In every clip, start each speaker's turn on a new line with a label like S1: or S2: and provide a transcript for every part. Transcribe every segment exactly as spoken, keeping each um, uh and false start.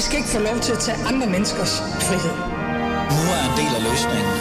S1: I skal ikke få lov til at tage andre menneskers frihed.
S2: Nu er en del af løsningen.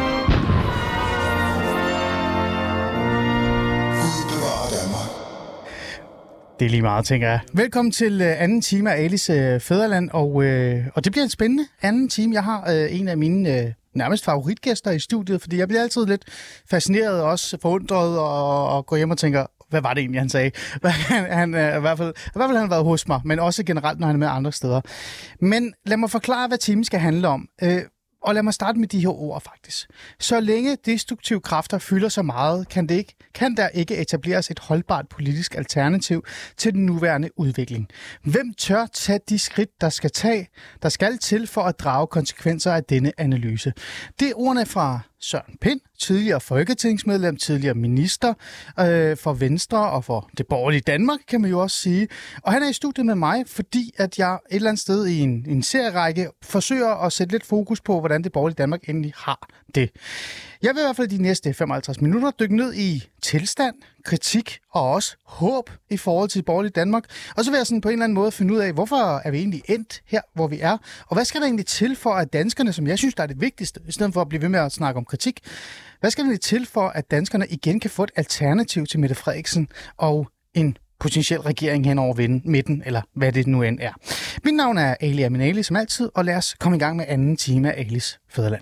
S3: Gud bevarer Danmark.
S4: Det er lige meget, tænker jeg. Velkommen til uh, anden time af Alis uh, Fædreland, og, uh, og det bliver en spændende anden time. Jeg har uh, en af mine uh, nærmest favoritgæster i studiet, fordi jeg bliver altid lidt fascineret og også forundret og, og går hjem og tænker, hvad var det egentlig, han sagde? Han, han, uh, i hvert fald, i hvert fald han har været hos mig, men også generelt, når han er med andre steder. Men lad mig forklare, hvad timen skal handle om. Uh, Og lad mig starte med de her ord, faktisk. Så længe destruktive kræfter fylder så meget, kan, det ikke, kan der ikke etableres et holdbart politisk alternativ til den nuværende udvikling. Hvem tør tage de skridt, der skal tage, der skal til for at drage konsekvenser af denne analyse? Det er ordene fra Søren Pind, tidligere folketingsmedlem, tidligere minister øh, for Venstre og for det borgerlige Danmark, kan man jo også sige. Og han er i studiet med mig, fordi at jeg et eller andet sted i en, en serierække forsøger at sætte lidt fokus på, hvordan det borgerlige Danmark endelig har det. Jeg vil i hvert fald de næste femoghalvtreds minutter dykke ned i tilstand, kritik og også håb i forhold til det borgerlige Danmark. Og så vil jeg sådan på en eller anden måde finde ud af, hvorfor er vi egentlig endt her, hvor vi er? Og hvad skal der egentlig til for, at danskerne, som jeg synes, der er det vigtigste, i stedet for at blive ved med at snakke om kritik, hvad skal der egentlig til for, at danskerne igen kan få et alternativ til Mette Frederiksen og en potentiel regering hen over midten, eller hvad det nu end er? Mit navn er Ali Aminali, som altid, og lad os komme i gang med anden time af Alis Fædreland.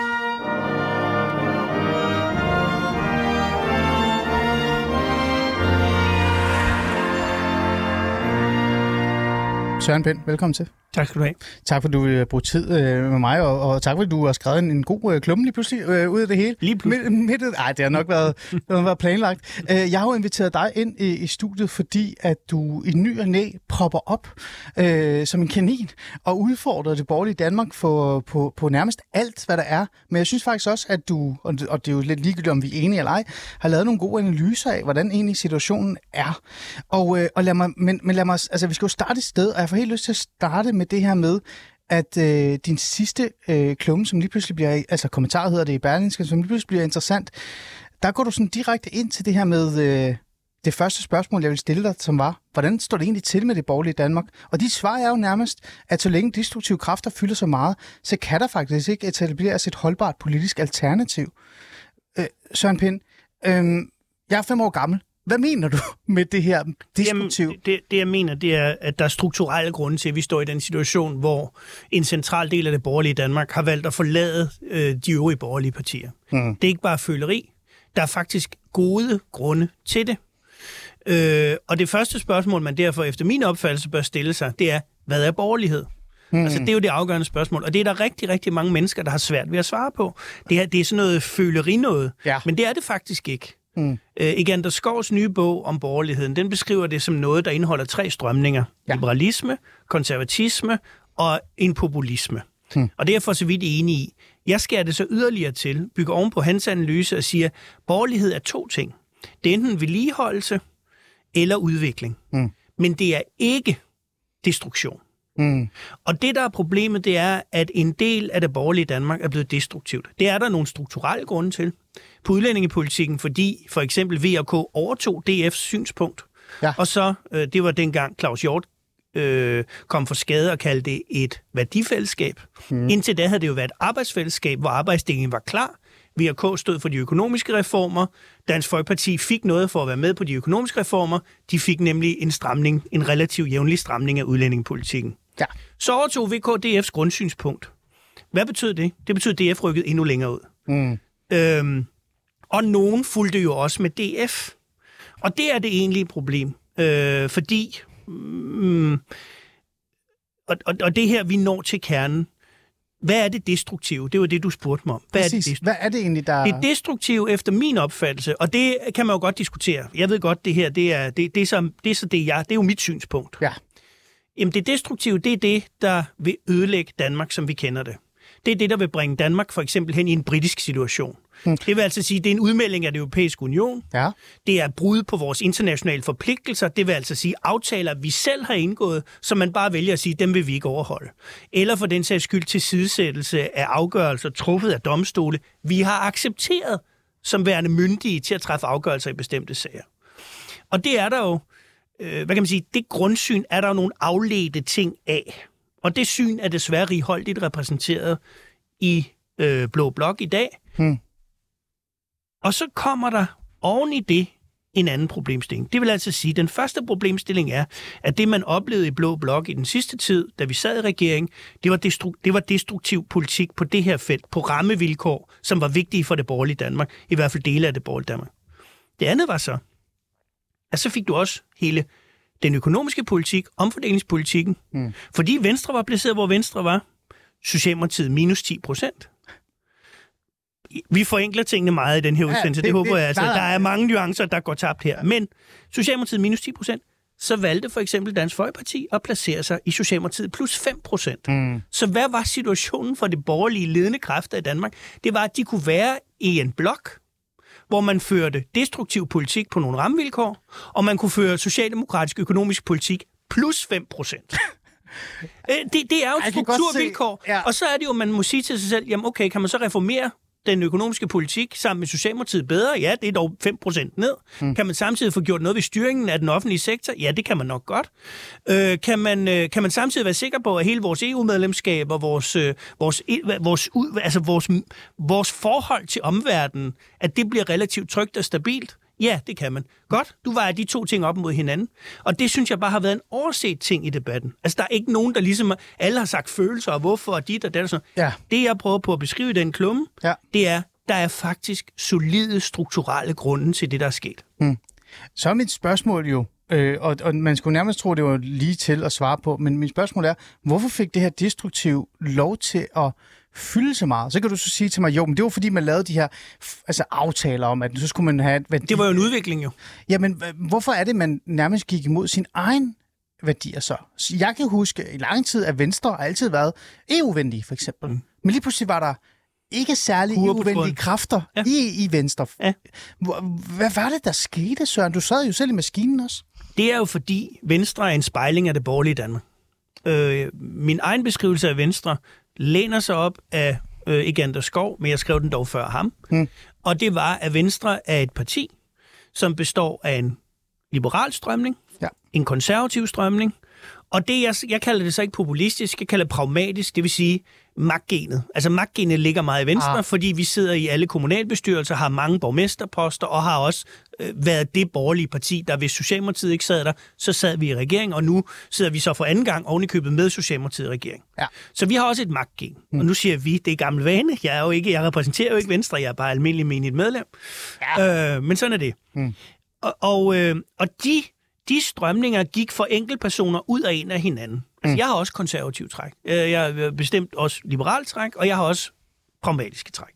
S4: Søren Pind, velkommen til.
S5: Tak skal du have.
S4: Tak fordi du vil bruge tid øh, med mig, og, og tak fordi du har skrevet en, en god øh, klumme lige pludselig øh, ud af det hele.
S5: Lige pludselig?
S4: Midt, midt, ej, det har nok været, det har været planlagt. Øh, jeg har jo inviteret dig ind i, i studiet, fordi at du i ny og næ popper op øh, som en kanin og udfordrer det borgerlige Danmark for, på, på nærmest alt, hvad der er. Men jeg synes faktisk også, at du, og det, og det er jo lidt ligegyldigt, om vi er enige eller ej, har lavet nogle gode analyser af, hvordan egentlig situationen er. Og, øh, og lad mig, men, men lad mig, altså vi skal jo starte et sted, og jeg får helt lyst til at starte med det her med, at øh, din sidste øh, klumme, som lige pludselig bliver, altså kommentarer hedder det i Berlingske, som lige pludselig bliver interessant, der går du sådan direkte ind til det her med øh, det første spørgsmål, jeg vil stille dig, som var, hvordan står det egentlig til med det borgerlige Danmark? Og dit svar er jo nærmest, at så længe destruktive kræfter fylder så meget, så kan der faktisk ikke etableres et holdbart politisk alternativ. Øh, Søren Pind, øh, jeg er fem år gammel. Hvad mener du med det her destruktiv?
S5: Det, det, det, jeg mener, det er, at der er strukturelle grunde til, at vi står i den situation, hvor en central del af det borgerlige Danmark har valgt at forlade øh, de øvrige borgerlige partier. Mm. Det er ikke bare føleri. Der er faktisk gode grunde til det. Øh, og det første spørgsmål, man derfor efter min opfattelse bør stille sig, det er, hvad er borgerlighed? Mm. Altså, det er jo det afgørende spørgsmål, og det er der rigtig, rigtig mange mennesker, der har svært ved at svare på. Det er, det er sådan noget føleri noget, ja. Men det er det faktisk ikke. Mm. Øh, Egander Skovs nye bog om borgerligheden, den beskriver det som noget, der indeholder tre strømninger. Ja. Liberalisme, konservatisme og en populisme. Mm. Og det er jeg for så vidt enig i. Jeg skærer det så yderligere til, bygger oven på hans analyse og siger, borgerlighed er to ting. Det er enten vedligeholdelse eller udvikling. Mm. Men det er ikke destruktion. Mm. Og det, der er problemet, det er, at en del af det borgerlige Danmark er blevet destruktivt. Det er der nogle strukturelle grunde til. På udlændingepolitikken, fordi for eksempel V og K overtog D F's synspunkt. Ja. Og så, øh, det var dengang Claus Hjort øh, kom for skade og kaldte det et værdifællesskab. Mm. Indtil da havde det jo været et arbejdsfællesskab, hvor arbejdsdelingen var klar. V og K stod for de økonomiske reformer. Dansk Folkeparti fik noget for at være med på de økonomiske reformer. De fik nemlig en stramning, en relativt jævnlig stramning af udlændingepolitikken. Ja. Så overtog V K D F's grundsynspunkt. Hvad betød det? Det betød, at D F rykkede endnu længere ud. Mm. Øhm, og nogen fulgte jo også med D F. Og det er det egentlige problem. Øh, fordi... Mm, og, og, og det her, vi når til kernen. Hvad er det destruktive? Det var det, du spurgte mig om. Hvad
S4: Præcis. Er det
S5: Hvad
S4: er det egentlig, der...
S5: Det destruktive efter min opfattelse, og det kan man jo godt diskutere. Jeg ved godt, det her, det er, det, det er, så, det er så det, jeg... Det er jo mit synspunkt. Ja. Jamen, det destruktive, det er det, der vil ødelægge Danmark, som vi kender det. Det er det, der vil bringe Danmark for eksempel hen i en britisk situation. Mm. Det vil altså sige, at det er en udmelding af det europæiske union. Ja. Det er brud på vores internationale forpligtelser. Det vil altså sige aftaler, vi selv har indgået, som man bare vælger at sige, dem vil vi ikke overholde. Eller for den sags skyld tilsidesættelse af afgørelser truffet af domstole, vi har accepteret som værende myndige til at træffe afgørelser i bestemte sager. Og det er der jo, øh, hvad kan man sige, det grundsyn er der jo nogle afledte ting af. Og det syn er desværre righoldigt repræsenteret i øh, Blå Blok i dag. Hmm. Og så kommer der oven i det en anden problemstilling. Det vil altså sige, at den første problemstilling er, at det, man oplevede i Blå Blok i den sidste tid, da vi sad i regering, det var, destru- det var destruktiv politik på det her felt, på rammevilkår, som var vigtige for det borgerlige Danmark, i hvert fald dele af det borgerlige Danmark. Det andet var så, at så fik du også hele den økonomiske politik, omfordelingspolitikken, mm. fordi Venstre var placeret, hvor Venstre var, Socialdemokratiet minus ti procent. Vi forenkler tingene meget i den her udsendelse, ja, det, det håber det, jeg. Altså, der er mange nuancer, der går tabt her. Men Socialdemokratiet minus ti procent, så valgte for eksempel Dansk Folkeparti at placere sig i Socialdemokratiet plus fem procent. Mm. Så hvad var situationen for det borgerlige ledende kræfter i Danmark? Det var, at de kunne være i en blok, hvor man førte destruktiv politik på nogle rammevilkår, og man kunne føre socialdemokratisk økonomisk politik plus fem procent. det, det er jo et strukturvilkår, ja. Og så er det jo, man må sige til sig selv, jamen okay, kan man så reformere den økonomiske politik sammen med Socialdemokratiet bedre? Ja, det er dog fem procent ned. Mm. Kan man samtidig få gjort noget ved styringen af den offentlige sektor? Ja, det kan man nok godt. Øh, kan, man, øh, kan man samtidig være sikker på, at hele vores E U-medlemskab og vores, øh, vores, vores, altså vores, vores forhold til omverdenen, at det bliver relativt trygt og stabilt? Ja, det kan man. Godt, du vejer de to ting op mod hinanden. Og det synes jeg bare har været en overset ting i debatten. Altså, der er ikke nogen, der ligesom... Alle har sagt følelser, og hvorfor, og dit og det og sådan. Ja. Det, jeg prøver på at beskrive i den klumme, ja. Det er, der er faktisk solide strukturelle grunde til det, der er sket. Mm.
S4: Så er mit spørgsmål jo, øh, og, og man skulle nærmest tro, det var lige til at svare på, men mit spørgsmål er, hvorfor fik det her destruktiv lov til at fylde så meget? Så kan du så sige til mig, jo, men det var fordi, man lavede de her altså, aftaler om, at så skulle man have... Værdi.
S5: Det var jo en udvikling, jo.
S4: Jamen, hvorfor er det, man nærmest gik imod sin egen værdier så? Jeg kan huske, i lang tid, at Venstre har altid været E U-venlige, for eksempel. Mm. Men lige pludselig var der ikke særlig E U-venlige kræfter ja. i, i Venstre. Ja. Hvad var det, der skete, Søren? Du sad jo selv i maskinen også.
S5: Det er jo fordi, Venstre er en spejling af det borgerlige Danmark. Øh, min egen beskrivelse af Venstre læner sig op af øh, ikke Anders Skov, men jeg skrev den dog før ham. Hmm. Og det var, at Venstre er et parti, som består af en liberal strømning, ja. En konservativ strømning, og det, jeg, jeg kalder det så ikke populistisk, jeg kalder det pragmatisk, det vil sige magtgenet. Altså magtgenet ligger meget i Venstre, ah. fordi vi sidder i alle kommunalbestyrelser, har mange borgmesterposter, og har også øh, været det borgerlige parti, der hvis Socialdemokratiet ikke sad der, så sad vi i regering, og nu sidder vi så for anden gang oven i købet med Socialdemokratiet i regering. Ja. Så vi har også et magtgen. Hmm. Og nu siger vi, det er gammel vane. Jeg, er jo ikke, jeg repræsenterer jo ikke Venstre, jeg er bare almindelig menigt medlem. Ja. Øh, men sådan er det. Hmm. Og, og, øh, og de... De strømninger gik for enkeltpersoner ud og ind af hinanden. Altså, mm. jeg har også konservativ træk. Jeg har bestemt også liberalt træk, og jeg har også pragmatiske træk.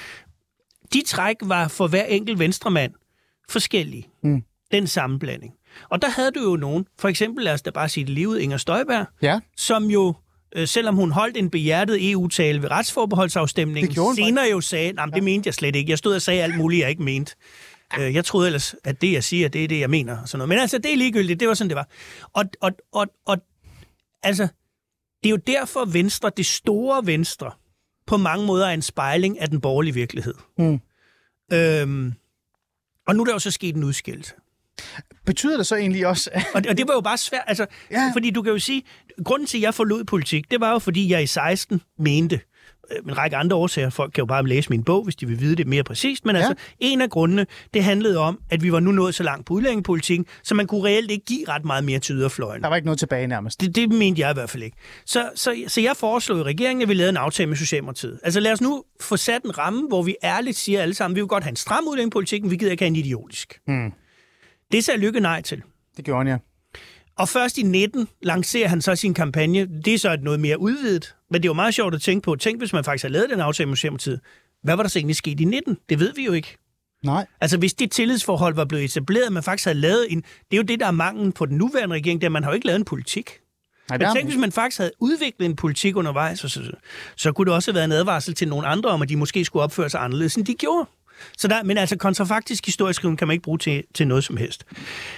S5: De træk var for hver enkelt venstremand forskellige. Mm. Den sammenblanding. Og der havde du jo nogen, for eksempel, lad os da bare sige det lige ud, Inger Støjberg, ja. Som jo, selvom hun holdt en behjertet E U-tale ved retsforbeholdsafstemningen, senere jo sagde, nej, det mente jeg slet ikke. Jeg stod og sagde alt muligt, jeg ikke mente. Jeg troede ellers, at det, jeg siger, det er det, jeg mener. Og sådan noget. Men altså, det er ligegyldigt. Det var sådan, det var. Og, og, og, og altså, det er jo derfor Venstre, det store Venstre, på mange måder er en spejling af den borgerlige virkelighed. Mm. Øhm, og nu er der jo så sket en udskillelse.
S4: Betyder det så egentlig også...
S5: og, det, og det var jo bare svært, altså, ja. Fordi du kan jo sige, grunden til, at jeg forlod politik, det var jo, fordi jeg i seksten mente, en række andre årsager, folk kan jo bare læse min bog, hvis de vil vide det mere præcist, men ja. Altså, en af grundene, det handlede om, at vi var nu nået så langt på udlændingepolitikken, så man kunne reelt ikke give ret meget mere til yderfløjen.
S4: Der var ikke noget tilbage nærmest.
S5: Det, det mente jeg i hvert fald ikke. Så, så, så jeg foreslog i regeringen, at vi lavede en aftale med Socialdemokratiet. Altså lad os nu få sat en ramme, hvor vi ærligt siger alle sammen, vi vil godt have en stram udlændingepolitik, men vi gider ikke have en idiotisk. Hmm. Det sagde Lykke nej til.
S4: Det gjorde han, ja.
S5: Og først i nitten lancerer han så sin kampagne. Det er så noget mere udvidet, men det er jo meget sjovt at tænke på. Tænk, hvis man faktisk har lavet den aftale med Socialdemokratiet. Hvad var der så egentlig sket i nitten? Det ved vi jo ikke.
S4: Nej.
S5: Altså, hvis det tillidsforhold var blevet etableret, man faktisk havde lavet en... Det er jo det, der er manglen på den nuværende regering, der man har jo ikke lavet en politik. Nej, men tænk, hvis man faktisk havde udviklet en politik undervejs, så, så, så kunne det også have været en advarsel til nogle andre om, at de måske skulle opføre sig anderledes, end de gjorde. Så der, men altså, kontrafaktisk historieskrivning kan man ikke bruge til, til noget som helst.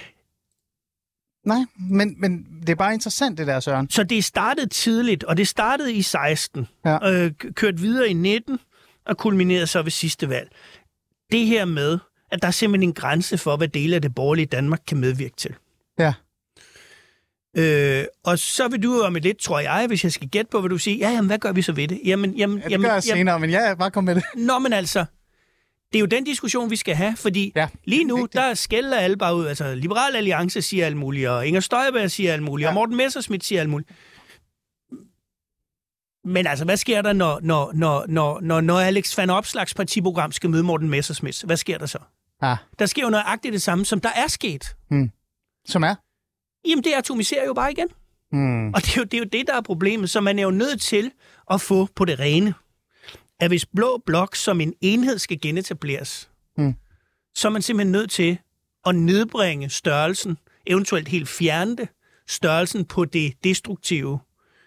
S4: Nej, men, men det er bare interessant, det der, Søren.
S5: Så det startede tidligt, og det startede i seksten, ja. øh, kørt videre i nitten, og kulminerede så ved sidste valg. Det her med, at der er simpelthen en grænse for, hvad dele af det borgerlige Danmark kan medvirke til.
S4: Ja.
S5: Øh, og så vil du om et lidt, tror jeg, hvis jeg skal gætte på, hvad du siger, ja, jamen, hvad gør vi så ved det? Jamen, jamen,
S4: ja, det
S5: jamen,
S4: gør jeg senere,
S5: jamen,
S4: men ja, bare kom med det.
S5: Nå, men altså, det er jo den diskussion, vi skal have, fordi ja, lige nu, vigtigt. Der skælder alle bare ud. Altså, Liberal Alliance siger alt muligt, og Inger Støjberg siger alt muligt, ja. og Morten Messerschmidt siger alt muligt. Men altså, hvad sker der, når, når, når, når, når, når Alex Van Opslags partiprogram skal møde Morten Messerschmidt? Hvad sker der så? Ah. Der sker jo nøjagtigt det samme, som der er sket.
S4: Hmm. Som er?
S5: Jamen, det atomiserer jo bare igen. Hmm. Og det er, jo, det er jo det, der er problemet. Så man er jo nødt til at få på det rene, at hvis Blå Blok som en enhed skal genetableres, hmm. så er man simpelthen nødt til at nedbringe størrelsen, eventuelt helt fjerne det, størrelsen på det destruktive.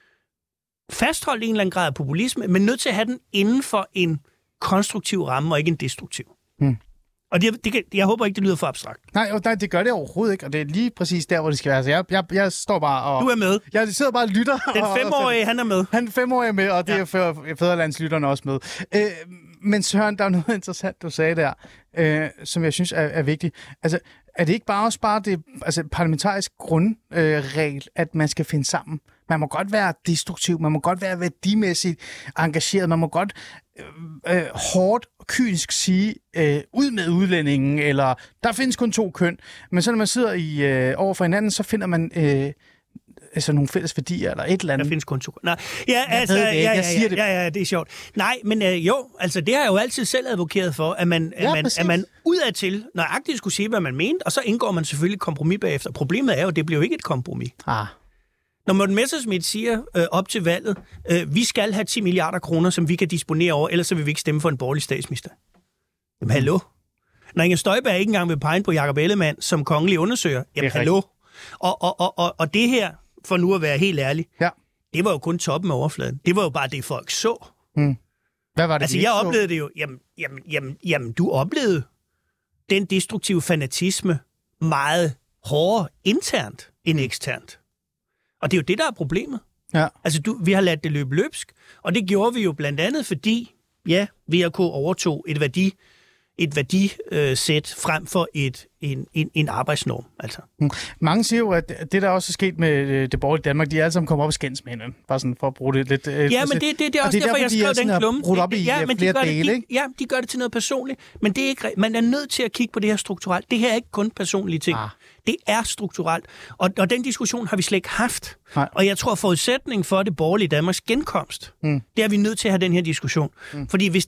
S5: Fastholde en eller anden grad af populisme, men nødt til at have den inden for en konstruktiv ramme, og ikke en destruktiv. Hmm. Og det, det, jeg håber ikke, det lyder for abstrakt.
S4: Nej, nej, det gør det overhovedet ikke, og det er lige præcis der, hvor det skal være. Så jeg, jeg, jeg står bare og...
S5: Du er med.
S4: Jeg sidder bare og lytter.
S5: Den femårige, han er med.
S4: Han er femårig med, og det ja. er fædrelandslytterne også med. Øh, men Søren, der er noget interessant, du sagde der, øh, som jeg synes er, er vigtigt. Altså, er det ikke bare også bare det altså, parlamentarisk grundregel, øh, at man skal finde sammen? Man må godt være destruktiv, man må godt være værdimæssigt engageret, man må godt øh, øh, hårdt og kynisk sige, øh, ud med udlændingen, eller der findes kun to køn. Men så når man sidder i, øh, over for hinanden, så finder man øh, altså nogle fælles værdier, eller et eller andet.
S5: Der findes kun to køn. Nej, ja, altså, ja, ja, ja, ja, ja, ja, det er sjovt. Nej, men øh, jo, altså det har jeg jo altid selv advokeret for, at man, ja, at man, at man udadtil nøjagtigt skulle sige, hvad man mente, og så indgår man selvfølgelig et kompromis bagefter. Problemet er jo, at det bliver jo ikke et kompromis. Ah. Når Morten Messerschmidt siger øh, op til valget, øh, vi skal have ti milliarder kroner, som vi kan disponere over, ellers så vil vi ikke stemme for en borgerlig statsminister. Jamen hallo? Når Inger Støjberg ikke engang vil pege på Jakob Ellemann som kongelig undersøger, jamen hallo? Og, og, og, og, og det her, for nu at være helt ærlig, ja. det var jo kun toppen af overfladen. Det var jo bare det, folk så. Hmm.
S4: Hvad var det?
S5: Altså jeg oplevede det jo, jamen, jamen, jamen, jamen du oplevede den destruktive fanatisme meget hårdere internt end eksternt. Og det er jo det, der er problemet. Ja. Altså, du, vi har ladt det løbe løbsk, og det gjorde vi jo blandt andet, fordi, ja, V og K overtog et værdi, et værdisæt frem for et, en, en, en arbejdsnorm. Altså.
S4: Mm. Mange siger jo, at det, der også er sket med det borgerlige Danmark, de er alle sammen kommet op og skændes med hinanden. Bare sådan for at bruge det lidt...
S5: Ja, men det, det, det er også
S4: det er
S5: derfor,
S4: derfor,
S5: jeg skrev den klumme.
S4: Brudt op i
S5: ja, men
S4: flere
S5: de
S4: dele,
S5: det,
S4: ikke?
S5: Ja, de gør det til noget personligt, men det er ikke, man er nødt til at kigge på det her strukturelt. Det her er ikke kun personlige ting. Ah. Det er strukturelt. Og, og den diskussion har vi slet ikke haft. Nej. Og jeg tror, forudsætningen for det borgerlige Danmarks genkomst, mm. det er, at vi er nødt til at have den her diskussion. Mm. Fordi hvis,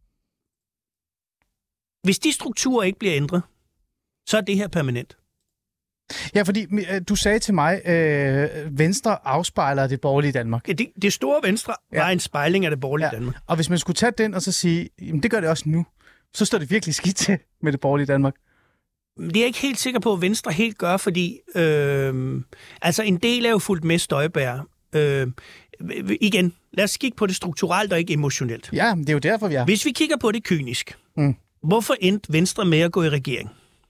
S5: hvis de strukturer ikke bliver ændret, så er det her permanent.
S4: Ja, fordi du sagde til mig, øh, Venstre afspejler det borgerlige Danmark.
S5: Ja, det, det store Venstre ja. var en spejling af det borgerlige ja. Danmark.
S4: Og hvis man skulle tage den og så sige, jamen det gør det også nu, så står det virkelig skidt til med det borgerlige Danmark.
S5: Det er jeg ikke helt sikker på, at Venstre helt gør, fordi øh, altså en del er jo fuldt med Støjberg. Øh, igen, lad os kigge på det strukturelt og ikke emotionelt.
S4: Ja, det er jo derfor, vi er.
S5: Hvis vi kigger på det kynisk, mm. hvorfor endte Venstre med at gå i regering?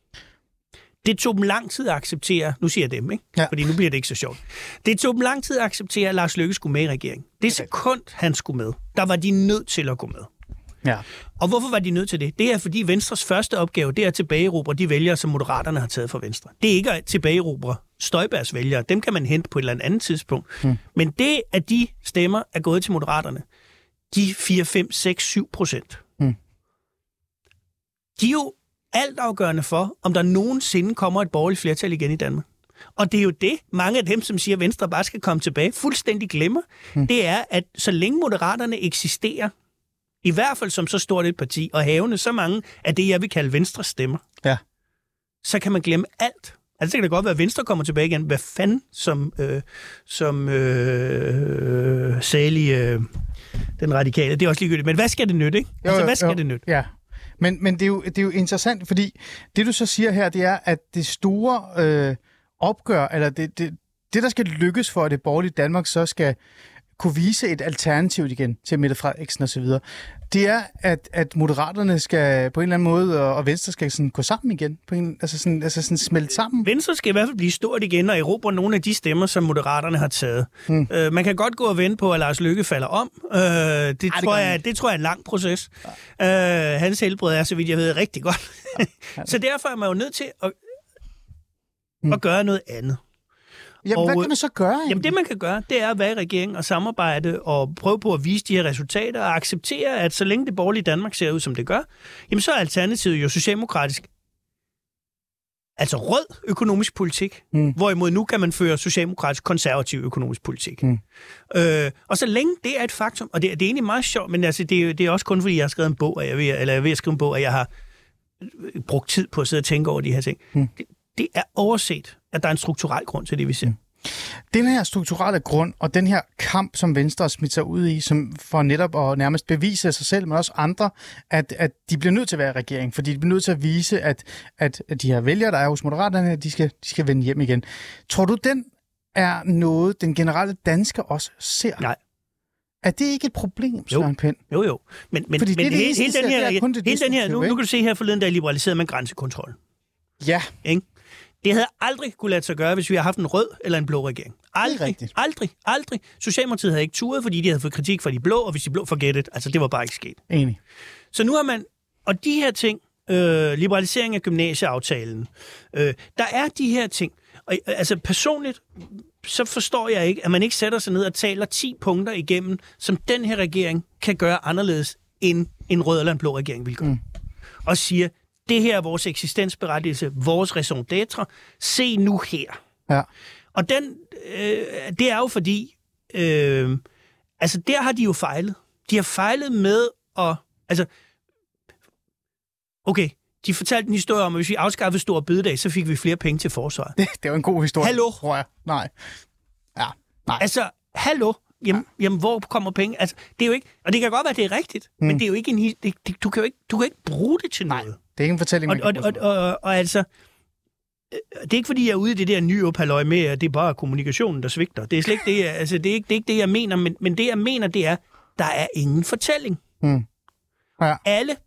S5: Det tog dem lang tid at acceptere, nu siger jeg dem, ikke? Ja. Fordi nu bliver det ikke så sjovt. Det tog dem lang tid at acceptere, at Lars Løkke skulle med i regering. Det sekund, han skulle med, der var de nødt til at gå med. Ja. Og hvorfor var de nødt til det? Det er, fordi Venstres første opgave, det er at tilbageerobre de vælgere, som Moderaterne har taget fra Venstre. Det er ikke at tilbageerobre Støjbergs vælgere. Dem kan man hente på et eller andet tidspunkt. Hmm. Men det, at de stemmer er gået til Moderaterne, de fire, fem, seks, syv procent, hmm. de er jo altafgørende for, om der nogensinde kommer et borgerligt flertal igen i Danmark. Og det er jo det, mange af dem, som siger, at Venstre bare skal komme tilbage, fuldstændig glemmer. Hmm. Det er, at så længe Moderaterne eksisterer, i hvert fald som så stort et parti, og havende så mange af det, jeg vil kalde Venstres stemmer, ja. så kan man glemme alt. Altså, så kan det godt være, at Venstre kommer tilbage igen. Hvad fanden, som, øh, som øh, Sali, øh, den radikale, det er også ligegyldigt. Men hvad skal det nytte, ikke?
S4: Jo,
S5: altså, hvad skal
S4: jo,
S5: det nytte?
S4: Ja. Men, men det, er jo, det er jo interessant, fordi det, du så siger her, det er, at det store øh, opgør, eller det, det, det, der skal lykkes for, at det borgerlige Danmark så skal kunne vise et alternativ igen til Mette Frederiksen og så videre, det er, at, at Moderaterne skal på en eller anden måde, og, og Venstre skal sådan gå sammen igen, på en, altså, sådan, altså sådan smelte sammen.
S5: Venstre skal i hvert fald blive stort igen og erobre nogle af de stemmer, som Moderaterne har taget. Hmm. Øh, man kan godt gå og vente på, at Lars Løkke falder om. Øh, det, Ej, det, tror jeg, det tror jeg er en lang proces. Ja. Øh, hans helbred er, så vidt jeg ved, rigtig godt. Ja. Ja. Så derfor er man jo nødt til at, hmm. at gøre noget andet.
S4: Jamen, og, hvad kan man så gøre? Egentlig?
S5: Jamen, det man kan gøre, det er at være i regeringen og samarbejde og prøve på at vise de her resultater og acceptere, at så længe det borgerlige Danmark ser ud, som det gør, jamen så er alternativet jo socialdemokratisk. Altså rød økonomisk politik, mm. hvorimod nu kan man føre socialdemokratisk konservativ økonomisk politik. Mm. Øh, og så længe det er et faktum, og det, det er egentlig meget sjovt, men altså, det, er, det er også kun fordi, jeg har skrevet en bog, og jeg er ved, eller jeg er ved at skrive en bog, og jeg har brugt tid på at sidde og tænke over de her ting. Mm. Det, det er overset, at der er en strukturel grund til det, vi ser. Mm.
S4: Den her strukturelle grund, og den her kamp, som Venstre har smidt sig ud i, som for netop at nærmest bevise sig selv, men også andre, at, at de bliver nødt til at være i regering, fordi de bliver nødt til at vise, at, at de her vælgere, der er hos Moderaterne, de skal, de skal vende hjem igen. Tror du, den er noget, den generelle dansker også ser?
S5: Nej.
S4: Er det ikke et problem, Søren Pind?
S5: Jo, jo. Men, men,
S4: fordi
S5: men
S4: det, det
S5: hele, hele den her,
S4: hele
S5: den her nu, nu kan du se her forleden, der liberaliserede man grænsekontrol.
S4: Ja.
S5: Ikke? Det havde aldrig kunne lade sig gøre, hvis vi havde haft en rød eller en blå regering. Aldrig, aldrig, aldrig. Socialdemokratiet havde ikke turet, fordi de havde fået kritik fra de blå, og hvis de blå forgættet, altså det var bare ikke sket.
S4: Enig.
S5: Så nu har man, og de her ting, øh, liberalisering af gymnasieaftalen, øh, der er de her ting, og altså personligt, så forstår jeg ikke, at man ikke sætter sig ned og taler ti punkter igennem, som den her regering kan gøre anderledes, end en rød eller en blå regering vil gøre. Mm. Og siger, det her er vores eksistensberettigelse, vores raison d'être. Se nu her.
S4: Ja.
S5: Og den, øh, det er jo fordi, øh, altså der har de jo fejlet. De har fejlet med at, altså, okay, de fortalte en historie om, at hvis vi afskaffede stor bededag, så fik vi flere penge til forsvaret.
S4: Det, det er jo en god historie.
S5: Hallo?
S4: Tror jeg. Nej. Ja, nej.
S5: Altså, hallo? Jamen, ja. jamen, hvor kommer penge? Altså, det er jo ikke, og det kan godt være, at det er rigtigt, mm. men det er jo ikke en, det, det, du kan jo ikke, du kan ikke bruge det til
S4: nej.
S5: noget.
S4: Det er ikke en fortælling, man
S5: og, og, og, og, og, og altså, det er ikke fordi, jeg er ude i det der nye ophalløj med, at det er bare kommunikationen, der svigter. Det er slet ikke det, jeg, altså, det er ikke, det er ikke det, jeg mener, men, men det, jeg mener, det er, der er ingen fortælling.
S4: Mm. Ja.
S5: Alle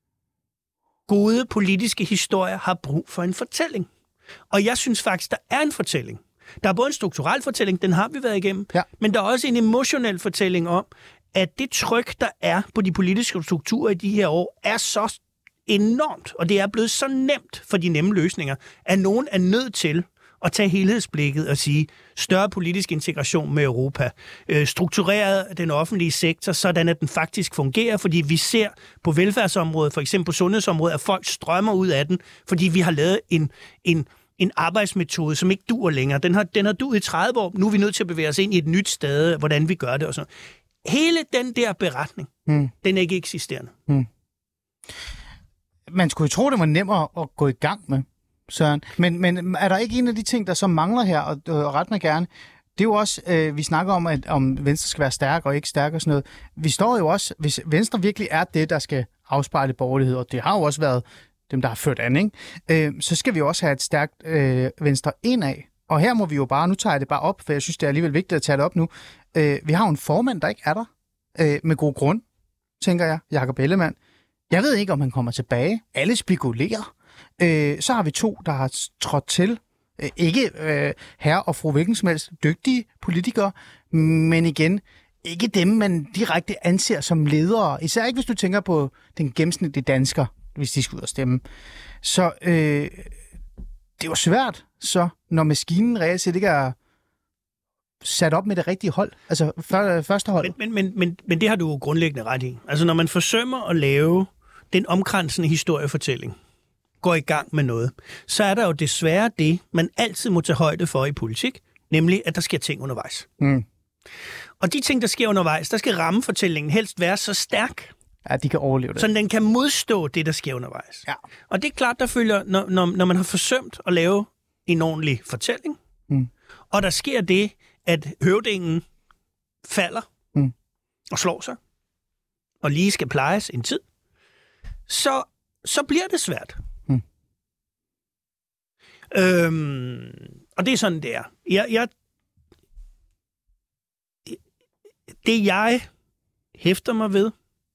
S5: gode politiske historier har brug for en fortælling. Og jeg synes faktisk, der er en fortælling. Der er både en strukturel fortælling, den har vi været igennem,
S4: ja.
S5: men der er også en emotionel fortælling om, at det tryk, der er på de politiske strukturer i de her år, er så enormt, og det er blevet så nemt for de nemme løsninger, at nogen er nødt til at tage helhedsblikket og sige, større politisk integration med Europa, øh, struktureret den offentlige sektor, sådan at den faktisk fungerer, fordi vi ser på velfærdsområdet, for eksempel på sundhedsområdet, at folk strømmer ud af den, fordi vi har lavet en, en, en arbejdsmetode, som ikke duer længere. Den har, den har duet i tredive år, nu er vi nødt til at bevæge os ind i et nyt sted, hvordan vi gør det og sådan. Hele den der beretning, hmm. den er ikke eksisterende.
S4: Hmm. Man skulle jo tro, det var nemmere at gå i gang med, Søren. Men, men er der ikke en af de ting, der så mangler her, og øh, ret mig gerne, det er jo også, øh, vi snakker om, at om Venstre skal være stærk og ikke stærk og sådan noget. Vi står jo også, hvis Venstre virkelig er det, der skal afspejle borgerlighed, og det har jo også været dem, der har ført an, ikke? Øh, så skal vi jo også have et stærkt øh, Venstre indad. Og her må vi jo bare, nu tager jeg det bare op, for jeg synes, det er alligevel vigtigt at tage det op nu. Øh, vi har jo en formand, der ikke er der, øh, med god grund, tænker jeg, Jakob Ellemann. Jeg ved ikke, om han kommer tilbage. Alle spekulerer. Øh, så har vi to, der har trådt til. Øh, ikke øh, herre og fru hvilken som helst dygtige politikere, men igen, ikke dem, man direkte anser som ledere. Især ikke, hvis du tænker på den gennemsnitlige dansker, hvis de skal ud og stemme. Så øh, det er jo svært, så når maskinen reelt set ikke er sat op med det rigtige hold, altså for, første hold.
S5: Men, men, men, men det har du jo grundlæggende ret i. Altså når man forsømmer at lave den omkransende historiefortælling, går i gang med noget, så er der jo desværre det, man altid må tage højde for i politik, nemlig at der sker ting undervejs. Mm. Og de ting, der sker undervejs, der skal rammefortællingen helst være så stærk,
S4: ja, de kan overleve det.
S5: Så den kan modstå det, der sker undervejs.
S4: Ja.
S5: Og det er klart, der følger, når, når, når man har forsømt at lave en ordentlig fortælling, mm. og der sker det, at høvdingen falder mm. og slår sig, og lige skal plejes en tid, så, så bliver det svært. Mm. Øhm, og det er sådan, det er. Jeg, jeg, det, jeg hæfter mig ved,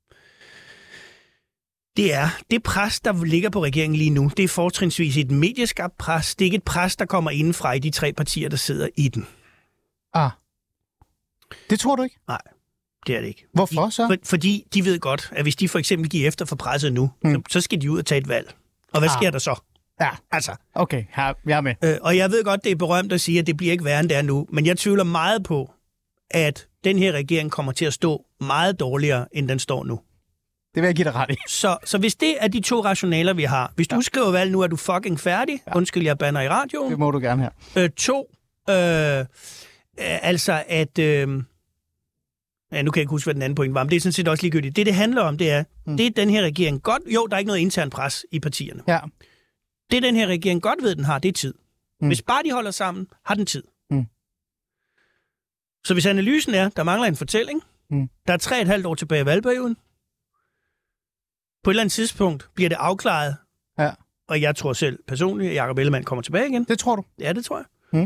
S5: det er, det pres, der ligger på regeringen lige nu, det er fortrinsvis et medieskabt pres. Det er ikke et pres, der kommer indenfra i de tre partier, der sidder i den.
S4: Ah. Det tror du ikke?
S5: Nej, det er det ikke.
S4: Hvorfor så?
S5: For, fordi de ved godt, at hvis de for eksempel giver efter for presset nu, mm. så, så skal de ud og tage et valg. Og hvad ah. sker der så?
S4: Ja,
S5: altså.
S4: Okay, her, jeg er med.
S5: Øh, og jeg ved godt, det er berømt at sige, at det bliver ikke værre, end det er nu. Men jeg tvivler meget på, at den her regering kommer til at stå meget dårligere, end den står nu.
S4: Det vil jeg give dig ret i. Så,
S5: så hvis det er de to rationaler, vi har. Hvis du ja. skriver valg nu, er du fucking færdig. Ja. Undskyld, jeg banner i radioen.
S4: Det må du gerne her.
S5: Øh, to, øh, øh, altså at... Øh, ja, nu kan jeg ikke huske, hvad den anden point var, men det er sådan set også ligegyldigt. Det, det handler om, det er, mm. det er den her regering godt... Jo, der er ikke noget intern pres i partierne.
S4: Ja.
S5: Det, den her regering godt ved, den har, det er tid. Mm. Hvis bare de holder sammen, har den tid. Mm. Så hvis analysen er, der mangler en fortælling, mm. der er tre og et halvt år tilbage i valgperioden, på et eller andet tidspunkt bliver det afklaret,
S4: ja.
S5: og jeg tror selv personligt, at Jakob Ellemann kommer tilbage igen.
S4: Det tror du?
S5: Ja, det tror jeg.
S4: Mm.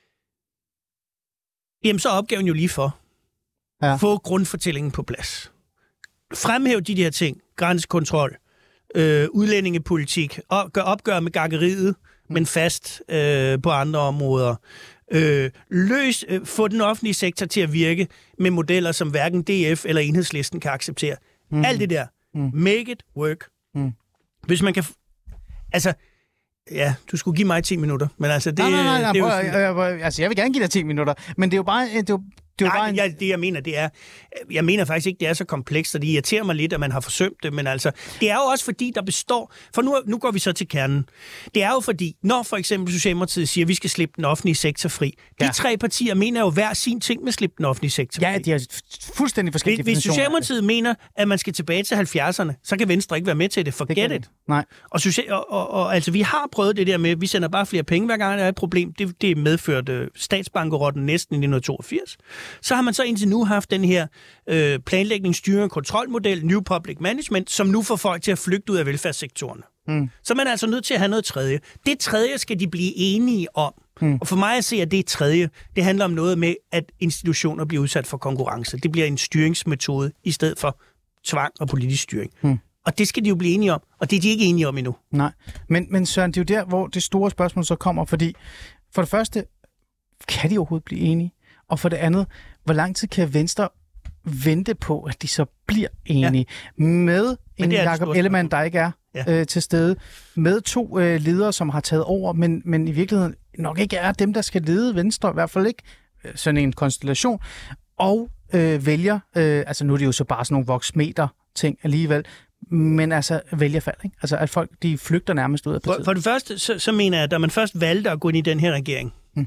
S5: Jamen, så er opgaven jo lige for. Ja. Få grundfortællingen på plads. Fremhæv de der ting. Grænsekontrol, øh, udlændingepolitik, og gør opgør med gakkeriet, mm. men fast øh, på andre områder. Øh, løs, øh, få den offentlige sektor til at virke med modeller, som hverken D F eller Enhedslisten kan acceptere. Mm. Alt det der. Mm. Make it work. Mm. Hvis man kan... F- altså... Ja, du skulle give mig ti minutter, men altså det...
S4: Nej, nej, nej, nej
S5: det er
S4: prøv, jo sådan... altså jeg vil gerne give dig ti minutter, men det er jo bare... Det er jo, det er
S5: nej,
S4: bare en...
S5: jeg, det jeg mener, det er... Jeg mener faktisk ikke, det er så komplekst, og det irriterer mig lidt, at man har forsømt det, men altså... Det er jo også fordi, der består... For nu, nu går vi så til kernen. Det er jo fordi, når for eksempel Socialdemokratiet siger, at vi skal slippe den offentlige sektor fri. De ja. tre partier mener jo hver sin ting med at slippe den offentlige sektor fri.
S4: Ja, de har fuldstændig forskellige
S5: Hvis, hvis Socialdemokratiet mener, at man skal tilbage til halvfjerdserne, så kan Venstre ikke være med til det. Forget det it.
S4: Nej.
S5: Og, og, og, og altså, vi har prøvet det der med, at vi sender bare flere penge, hver gang der er et problem. Det, det medførte uh, statsbankerotten næsten i nitten toogfirs. Så har man så indtil nu haft den her øh, planlægning, styring og kontrolmodel, New Public Management, som nu får folk til at flygte ud af velfærdssektoren. Mm. Så man er altså nødt til at have noget tredje. Det tredje skal de blive enige om. Mm. Og for mig at se, at det tredje, det handler om noget med, at institutioner bliver udsat for konkurrence. Det bliver en styringsmetode i stedet for tvang og politisk styring. Mm. Og det skal de jo blive enige om, og det er de ikke enige om endnu.
S4: Nej, men, men Søren, det er jo der, hvor det store spørgsmål så kommer, fordi for det første, kan de overhovedet blive enige? Og for det andet, hvor lang tid kan Venstre vente på, at de så bliver enige ja. med en Jakob Ellemann, der ikke er ja. øh, til stede, med to øh, ledere, som har taget over, men, men i virkeligheden nok ikke er dem, der skal lede Venstre, i hvert fald ikke øh, sådan en konstellation, og øh, vælger, øh, altså nu er det jo så bare sådan nogle voksmeter-ting alligevel, men altså vælgerfald, ikke? Altså at folk, de flygter nærmest ud af partiet.
S5: For, for det første, så, så mener jeg, at da man først valgte at gå ind i den her regering, hmm.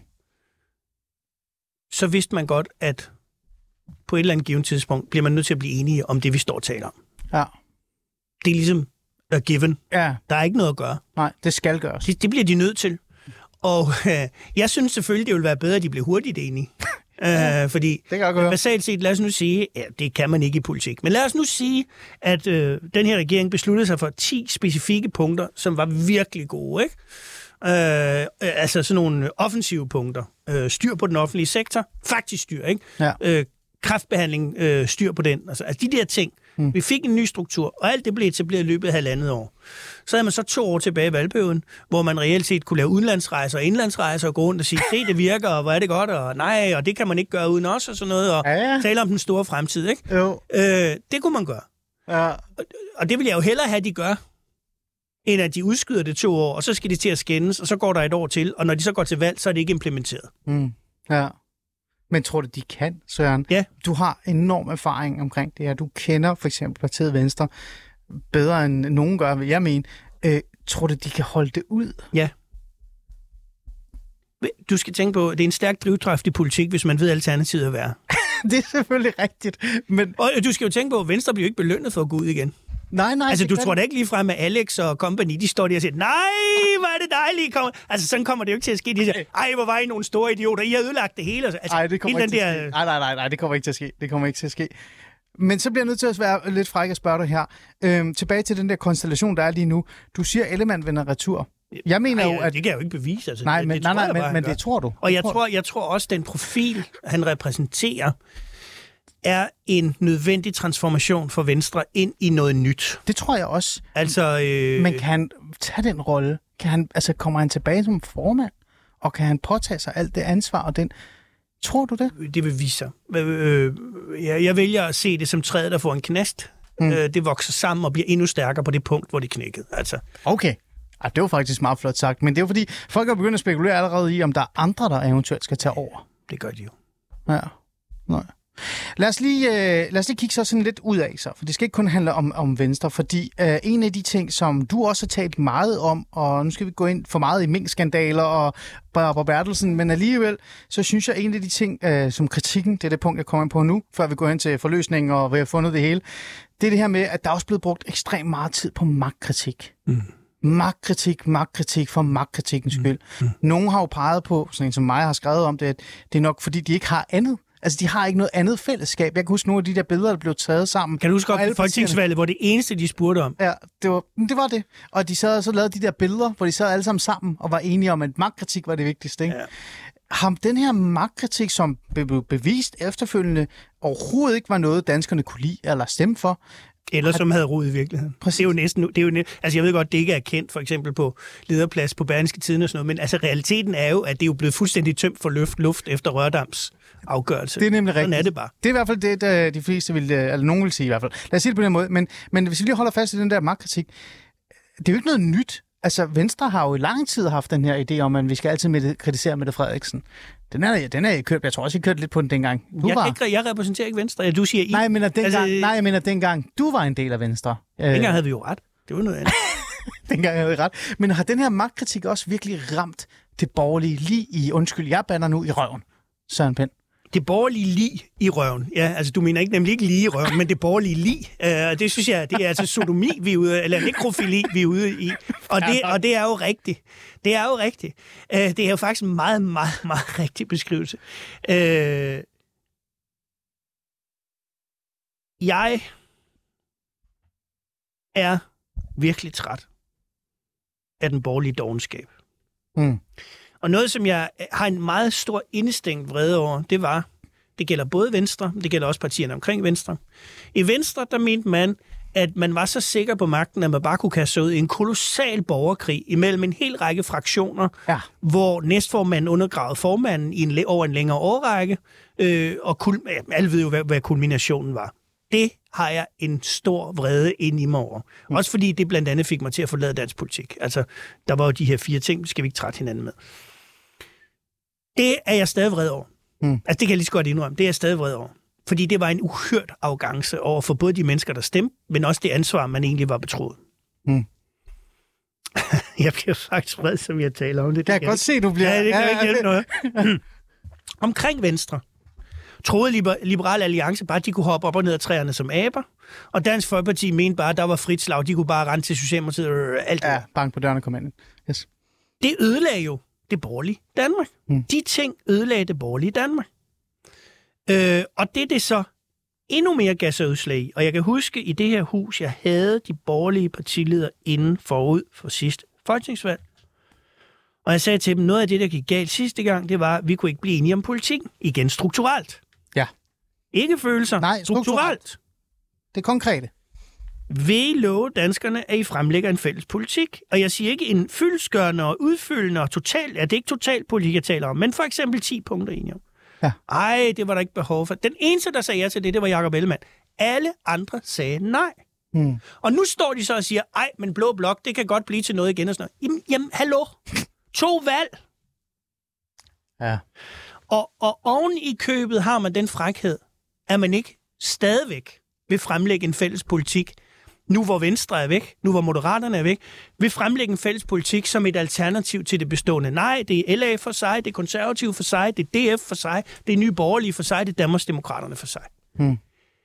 S5: så vidste man godt, at på et eller andet givet tidspunkt bliver man nødt til at blive enige om det, vi står og taler om.
S4: Ja.
S5: Det er ligesom a given.
S4: Ja.
S5: Der er ikke noget at gøre.
S4: Nej, det skal gøres.
S5: Det, det bliver de nødt til. Og øh, jeg synes selvfølgelig, det ville være bedre, at de blev hurtigt enige. ja, øh, fordi
S4: det kan jeg
S5: basalt set, lad os nu sige, ja, det kan man ikke i politik, men lad os nu sige, at øh, den her regering besluttede sig for ti specifikke punkter, som var virkelig gode, ikke? Øh, altså sådan nogle offensive punkter. Øh, styr på den offentlige sektor. Faktisk styr, ikke?
S4: Ja.
S5: Øh, kræftbehandling, øh, styr på den. Altså, altså de der ting. Hmm. Vi fik en ny struktur, og alt det blev etableret i løbet af halvandet år. Så havde man så to år tilbage i valgperioden, hvor man reelt set kunne lave udenlandsrejser og indlandsrejser og gå rundt og sige, se, det virker, og hvor er det godt, og nej, og det kan man ikke gøre uden os, og sådan noget, og ja, ja. tale om den store fremtid, ikke?
S4: Jo.
S5: Øh, det kunne man gøre.
S4: Ja.
S5: Og, og det vil jeg jo hellere have, de gør, end at de udskyder det to år, og så skal de til at skændes, og så går der et år til, og når de så går til valg, så er det ikke implementeret.
S4: Mm. Ja. Men tror du, de kan, Søren?
S5: Ja.
S4: Du har enorm erfaring omkring det her. Du kender for eksempel partiet Venstre bedre end nogen gør, vil jeg mene. Øh, tror du, de kan holde det ud?
S5: Ja. Du skal tænke på, at det er en stærk drivkraft i politik, hvis man ved alternativet at være.
S4: Det er selvfølgelig rigtigt. Men...
S5: Og du skal jo tænke på, at Venstre bliver ikke belønnet for at gå ud igen.
S4: Nej, nej.
S5: Altså, du tror da ikke lige frem med Alex og company, de står der og siger, nej, hvor er det dejligt. Kom. Altså, sådan kommer det jo ikke til at ske. De siger, ej, hvor var I nogle store idioter, I har ødelagt det hele. Altså,
S4: ej, det kommer ikke til at ske. Nej, nej, nej, nej, det kommer ikke til at ske. Det kommer ikke til at ske. Men så bliver jeg nødt til at være lidt fræk at spørge dig her. Øhm, tilbage til den der konstellation, der er lige nu. Du siger, at Ellemann vender retur. Jeg mener
S5: nej,
S4: jo, at...
S5: Det kan jeg jo ikke bevise. Altså,
S4: nej,
S5: det,
S4: men,
S5: det
S4: nej, nej,
S5: bare,
S4: men, men det tror du.
S5: Og jeg
S4: tror,
S5: tror, jeg tror også, den profil, han repræsenterer, er en nødvendig transformation for Venstre ind i noget nyt.
S4: Det tror jeg også.
S5: Altså, øh...
S4: Men kan han tage den rolle? Kan han, altså, kommer han tilbage som formand? Og kan han påtage sig alt det ansvar og den... Tror du det?
S5: Det vil vise sig. Øh, jeg vælger at se det som træet, der får en knast. Mm. Øh, det vokser sammen og bliver endnu stærkere på det punkt, hvor det knækkede. Altså.
S4: Okay. Ej, det var faktisk meget flot sagt, men det er jo fordi, folk er begyndt at spekulere allerede i, om der er andre, der eventuelt skal tage over.
S5: Det gør de jo.
S4: Ja, nej. Lad os lige, øh, lad os lige kigge så sådan lidt ud af, så, for det skal ikke kun handle om, om Venstre, fordi øh, en af de ting, som du også har talt meget om, og nu skal vi gå ind for meget i minkskandaler og Barbara Bertelsen, men alligevel, så synes jeg, en af de ting, øh, som kritikken, det er det punkt, jeg kommer ind på nu, før vi går hen til forløsningen og vi har fundet det hele, det er det her med, at der er også blevet brugt ekstremt meget tid på magtkritik. Mm. Magtkritik, magtkritik for magtkritikkens skyld. Mm. Mm. Nogle har jo peget på, sådan en som mig har skrevet om det, at det er nok fordi, de ikke har andet. Altså, de har ikke noget andet fællesskab. Jeg kan huske nogle af de der billeder, der blev taget sammen.
S5: Kan du huske godt folketingsvalget, hvor det eneste, de spurgte om?
S4: Ja, det var det. Var det. Og de sad og så lavede de der billeder, hvor de sad alle sammen sammen og var enige om, at magtkritik var det vigtigste. Ikke? Ja. Har den her magtkritik, som blev bevist efterfølgende, overhovedet ikke var noget, danskerne kunne lide eller stemme for,
S5: eller som havde rod i virkeligheden. Præcis. Det er jo næsten... Det er jo næsten, altså, jeg ved godt, det ikke er kendt, for eksempel på lederplads på Berlingske Tidende og sådan noget, men altså, realiteten er jo, at det er jo blevet fuldstændig tømt for luft, luft efter Rørdams afgørelse.
S4: Det er nemlig rigtigt.
S5: Sådan er det bare.
S4: Det er i hvert fald det, der de fleste vil... Eller nogen vil sige i hvert fald. Lad os sige det på den måde. Men, men hvis vi lige holder fast i den der magtkritik, det er jo ikke noget nyt. Altså, Venstre har jo i lang tid haft den her idé om, at vi skal altid med kritisere Mette Frederiksen. Den er, den er jeg kørt. Jeg tror også, jeg kørte lidt på den dengang. Du
S5: jeg,
S4: var...
S5: ikke, jeg repræsenterer ikke Venstre. Ja, du siger I.
S4: Nej, men dengang, altså, nej, jeg mener dengang, du var en del af Venstre.
S5: Dengang havde vi jo ret. Det var noget andet.
S4: dengang havde vi ret. Men har den her magtkritik også virkelig ramt det borgerlige lige i, undskyld, jeg bander nu i røven, Søren Pind?
S5: Det borgerlige lig i røven. Ja, altså du mener ikke nemlig ikke lige i røven, men det borgerlige lig. Uh, det synes jeg, det er altså sodomi, vi er ude, eller nekrofili, vi er ude i. Og det, og det er jo rigtigt. Det er jo rigtigt. Uh, det er jo faktisk en meget, meget, meget rigtig beskrivelse. Uh, jeg er virkelig træt af den borgerlige dovenskab. Mm. Og noget, som jeg har en meget stor indestængt vrede over, det var, det gælder både Venstre, det gælder også partierne omkring Venstre. I Venstre, der mente man, at man var så sikker på magten, at man bare kunne kaste ud i en kolossal borgerkrig imellem en hel række fraktioner, ja. Hvor næstformanden undergravede formanden i en, over en længere årrække, øh, og kul, ja, alle ved jo, hvad, hvad kulminationen var. Det har jeg en stor vrede ind i mig over. Mm. Også fordi det blandt andet fik mig til at forlade dansk politik. Altså, der var jo de her fire ting, skal vi ikke trætte hinanden med. Det er jeg stadig vred over. Mm. Altså, det kan jeg lige så godt indrømme. Det er jeg stadig vred over. Fordi det var en uhørt arrogance over for både de mennesker, der stemte, men også det ansvar, man egentlig var betroet. Mm. Jeg bliver faktisk vred, som jeg taler om det.
S4: Jeg kan godt se, du bliver...
S5: Ja, det kan ja, ikke hjælpe noget. Omkring Venstre troede Liberal Alliance bare, at de kunne hoppe op og ned af træerne som aber, og Dansk Folkeparti mente bare, at der var frit slag. De kunne bare rende til Socialdemokratiet og alt det.
S4: Ja, bank på døren og kom ind. Yes.
S5: Det ødelagde jo det borgerlige Danmark. Mm. De ting ødelagde det borgerlige Danmark. Øh, og det er det så endnu mere gas og udslag i. Og jeg kan huske, i det her hus, jeg havde de borgerlige partiledere inden forud for sidste folketingsvalg. Og jeg sagde til dem, noget af det, der gik galt sidste gang, det var, at vi kunne ikke blive enige om politik. Igen strukturelt.
S4: Ja.
S5: Ikke følelser.
S4: Nej, strukturelt. strukturelt. Det er konkrete.
S5: Vil I love danskerne, at I fremlægger en fælles politik? Og jeg siger ikke en fyldestgørende og udfyldende og total, ja, det er ikke total politik, jeg taler om, men for eksempel ti punkter enige om. Ja. Ej, det var der ikke behov for. Den eneste, der sagde ja til det, det var Jakob Ellemann. Alle andre sagde nej. Hmm. Og nu står de så og siger, ej, men blå blok, det kan godt blive til noget igen og sådan noget. Jamen, jamen hallo? To valg.
S4: Ja.
S5: Og, og oven i købet har man den frækhed, at man ikke stadigvæk vil fremlægge en fælles politik, nu hvor Venstre er væk, nu hvor Moderaterne er væk, vil fremlægge en fælles politik som et alternativ til det bestående. Nej, det er L A for sig, det er Konservative for sig, det er D F for sig, det er Nye Borgerlige for sig, det er Danmarksdemokraterne for sig. Hmm.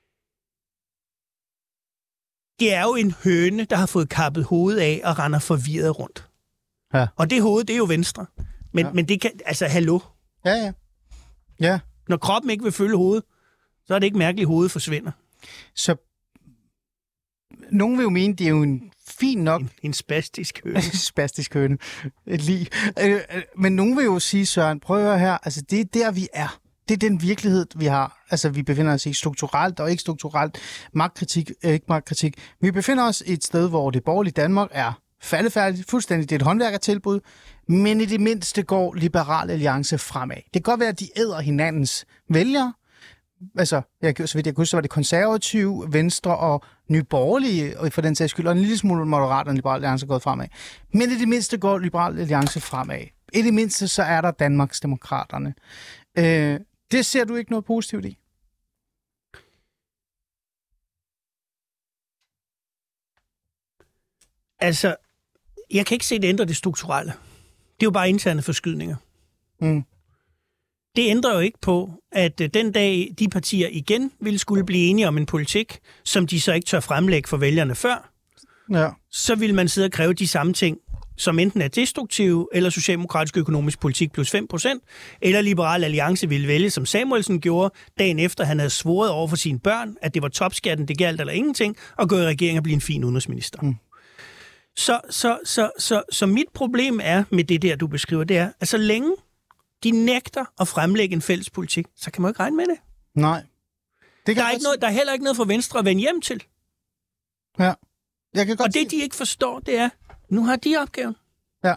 S5: Det er jo en høne, der har fået kappet hovedet af og render forvirret rundt. Ja. Og det hoved, det er jo Venstre. Men, ja. men det kan, altså, hallo.
S4: Ja, ja. Ja.
S5: Når kroppen ikke vil følge hovedet, så er det ikke mærkeligt, at hovedet forsvinder.
S4: Så nogen vil jo mene, det er jo en fin nok...
S5: En, en spastisk høne.
S4: spastisk høne. Lige. Men nogen vil jo sige, Søren, prøv at høre her, altså det er der, vi er. Det er den virkelighed, vi har. Altså, vi befinder os i strukturelt og ikke strukturelt. Magtkritik, ikke magtkritik. Vi befinder os i et sted, hvor det borgerlige Danmark er faldefærdigt, fuldstændig. Det er et håndværkertilbud, men i det mindste går Liberal Alliance fremad. Det kan godt være, at de æder hinandens vælgere, altså, jeg, så vidt jeg kunne huske, så var det konservative, Venstre og Nye Borgerlige, og for den sags skyld, og en lille smule Moderat og Liberal Alliance gået fremad. Men i det mindste går Liberal Alliance fremad. I det mindste, så er der Danmarksdemokraterne. Øh, det ser du ikke noget positivt i?
S5: Altså, jeg kan ikke se det ændre det strukturelle. Det er jo bare interne forskydninger. Mm. Det ændrer jo ikke på, at den dag de partier igen ville skulle blive enige om en politik, som de så ikke tør fremlægge for vælgerne før, ja. Så vil man sidde og kræve de samme ting, som enten er destruktive, eller socialdemokratisk økonomisk politik plus fem procent, eller Liberal Alliance ville vælge, som Samuelsen gjorde, dagen efter han havde svoret over for sine børn, at det var topskatten, det galt eller ingenting, og gå i regering og blive en fin udenrigsminister. Mm. Så, så, så, så, så mit problem er med det der, du beskriver, det er, at så længe de nægter at fremlægge en fælles politik, så kan man ikke regne med det.
S4: Nej. Det kan
S5: der, er ikke noget, der er heller ikke noget for Venstre at vende hjem til.
S4: Ja. Jeg kan godt
S5: og det, de ikke forstår, det er, nu har de opgaven.
S4: Ja.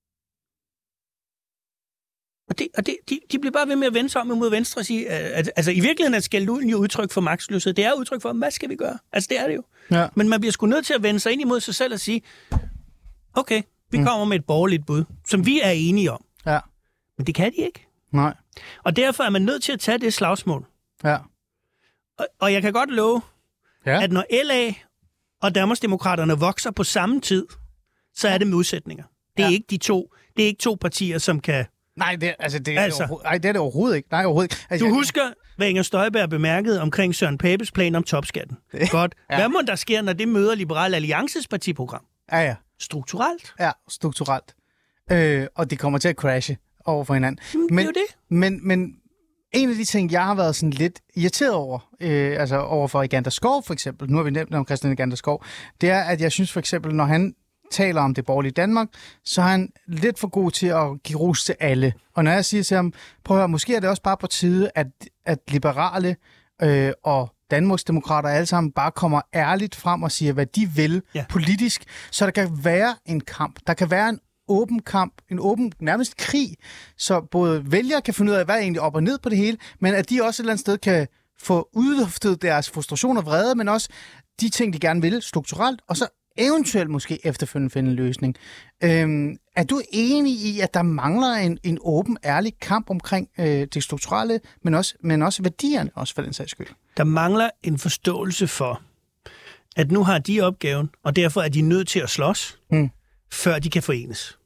S5: Og, det, og det, de, de bliver bare ved med at vende sig om imod Venstre og sige, at, altså i virkeligheden er skælduden jo udtryk for magtsløshed. Det er udtryk for, hvad skal vi gøre? Altså det er det jo. Ja. Men man bliver sgu nødt til at vende sig ind imod sig selv og sige, okay, vi mm. kommer med et borgerligt bud, som vi er enige om.
S4: Ja.
S5: Men det kan de ikke.
S4: Nej.
S5: Og derfor er man nødt til at tage det slagsmål.
S4: Ja.
S5: Og, og jeg kan godt love, ja. At når L A og Danmarksdemokraterne vokser på samme tid, så er det modsætninger. Det er ja. ikke de to. Det er ikke to partier, som kan...
S4: Nej, det, altså, det, er altså, det, nej, det er det overhovedet ikke. Nej, overhovedet ikke. Altså,
S5: du
S4: jeg...
S5: husker, hvad Inger Støjberg bemærkede omkring Søren Papes plan om topskatten. Det, Godt. Ja. Hvad må der sker, når det møder Liberal Alliances partiprogram?
S4: Ja, ja.
S5: Strukturelt.
S4: Ja, strukturelt. Øh, og det kommer til at crashe over for hinanden.
S5: Men,
S4: men,
S5: det er jo det.
S4: Men, men en af de ting, jeg har været sådan lidt irriteret over, øh, altså over for Igander Skov for eksempel, nu har vi nævnt om Christian Igander Skov, det er, at jeg synes for eksempel, når han taler om det borgerlige Danmark, så er han lidt for god til at give ros til alle. Og når jeg siger til ham, prøv at høre, måske er det også bare på tide, at, at liberale øh, og Danmarksdemokrater alle sammen bare kommer ærligt frem og siger, hvad de vil ja. politisk, så der kan være en kamp. Der kan være en åben kamp, en åben, nærmest krig, så både vælgere kan finde ud af, hvad er egentlig op og ned på det hele, men at de også et eller andet sted kan få udluftet deres frustration og vrede, men også de ting, de gerne vil strukturelt, og så eventuelt måske efterfølgende finde en løsning. Øhm, er du enig i, at der mangler en, en åben, ærlig kamp omkring øh, det strukturelle, men også, men også værdierne, også for den sags skyld?
S5: Der mangler en forståelse for, at nu har de opgaven, og derfor er de nødt til at slås, hmm. før de kan forenes.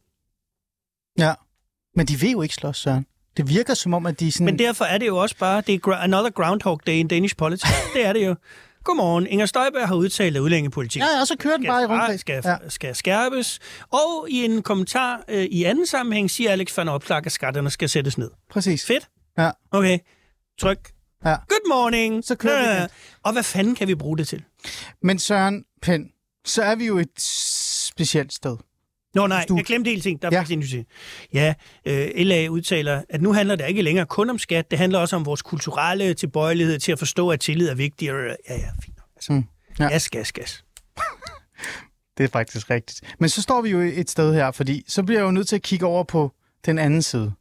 S4: Ja, men de vil jo ikke slås, Søren. Det virker som om, at de sådan...
S5: Men derfor er det jo også bare, det er another Groundhog Day in Danish politics. Det er det jo. Godmorgen. Inger Støjberg har udtalt, at udlændingepolitik
S4: ja, og så kører den bare i rundkreds.
S5: Skal, ja. skal skærpes. Og i en kommentar øh, i anden sammenhæng siger Alex van Opslark, at skatterne skal sættes ned.
S4: Præcis.
S5: Fedt?
S4: Ja.
S5: Okay. Tryk.
S4: Ja.
S5: Good morning.
S4: Så kører
S5: ja.
S4: vi.
S5: Og hvad fanden kan vi bruge det til?
S4: Men Søren Pind, så er vi jo et specielt sted.
S5: Nå nej, jeg glemte en ting. Der er ja. faktisk en Ja, øh, L A udtaler, at nu handler det ikke længere kun om skat. Det handler også om vores kulturelle tilbøjelighed til at forstå, at tillid er vigtigere. Ja, ja, fint. Altså, mm. ja. Gas, gas, gas.
S4: Det er faktisk rigtigt. Men så står vi jo et sted her, fordi så bliver jeg jo nødt til at kigge over på den anden side.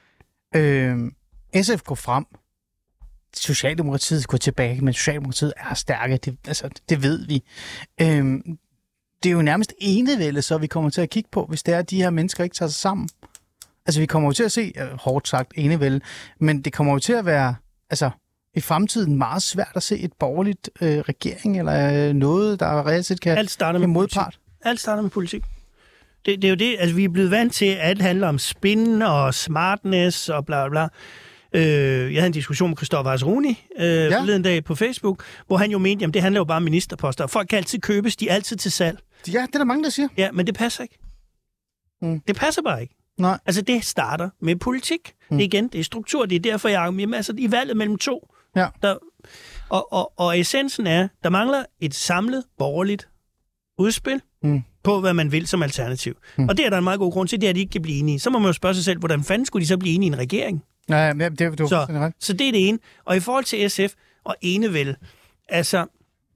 S4: Øh, S F går frem. Socialdemokratiet går tilbage, men Socialdemokratiet er stærke. Det, altså, det ved vi. Øh, Det er jo nærmest enevælde, så vi kommer til at kigge på, hvis det er, at de her mennesker ikke tager sig sammen. Altså, vi kommer jo til at se, hårdt sagt, enevælde, men det kommer jo til at være, altså, i fremtiden meget svært at se et borgerligt øh, regering, eller øh, noget, der reelt set kan
S5: alt starter med modpart. Politik. Alt starter med politik. Det, det er jo det, altså, vi er blevet vant til, at alt handler om spin og smartness og bla bla. Øh, jeg havde en diskussion med Christoffer Asruni øh, ja. forleden dag på Facebook, hvor han jo mente, at det handler jo bare om ministerposter. Folk kan altid købes, de er altid til salg.
S4: Ja, det er der mange, der siger.
S5: Ja, men det passer ikke. Mm. Det passer bare ikke.
S4: Nej.
S5: Altså, det starter med politik. Mm. Det er igen, det er struktur. Det er derfor, jeg argumenterer, altså, i valget mellem to.
S4: Ja.
S5: Der, og, og, og essensen er, der mangler et samlet borgerligt udspil mm. på, hvad man vil som alternativ. Mm. Og det er der en meget god grund til, det er, at de ikke kan blive enige. Så må man jo spørge sig selv, hvordan fanden skulle de så blive enige i en regering?
S4: Ja, det, det, det
S5: så, så det er det ene. Og i forhold til S F og enevælde, altså...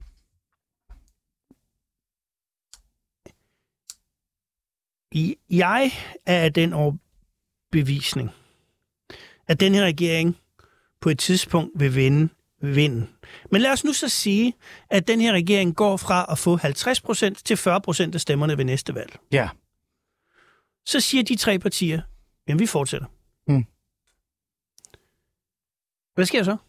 S5: Jeg er af den overbevisning, at den her regering på et tidspunkt vil vende vinden. Men lad os nu så sige, at den her regering går fra at få halvtreds procent til fyrre procent af stemmerne ved næste valg.
S4: Ja.
S5: Så siger de tre partier, jamen vi fortsætter.
S4: Mm.
S5: Hvad sker så?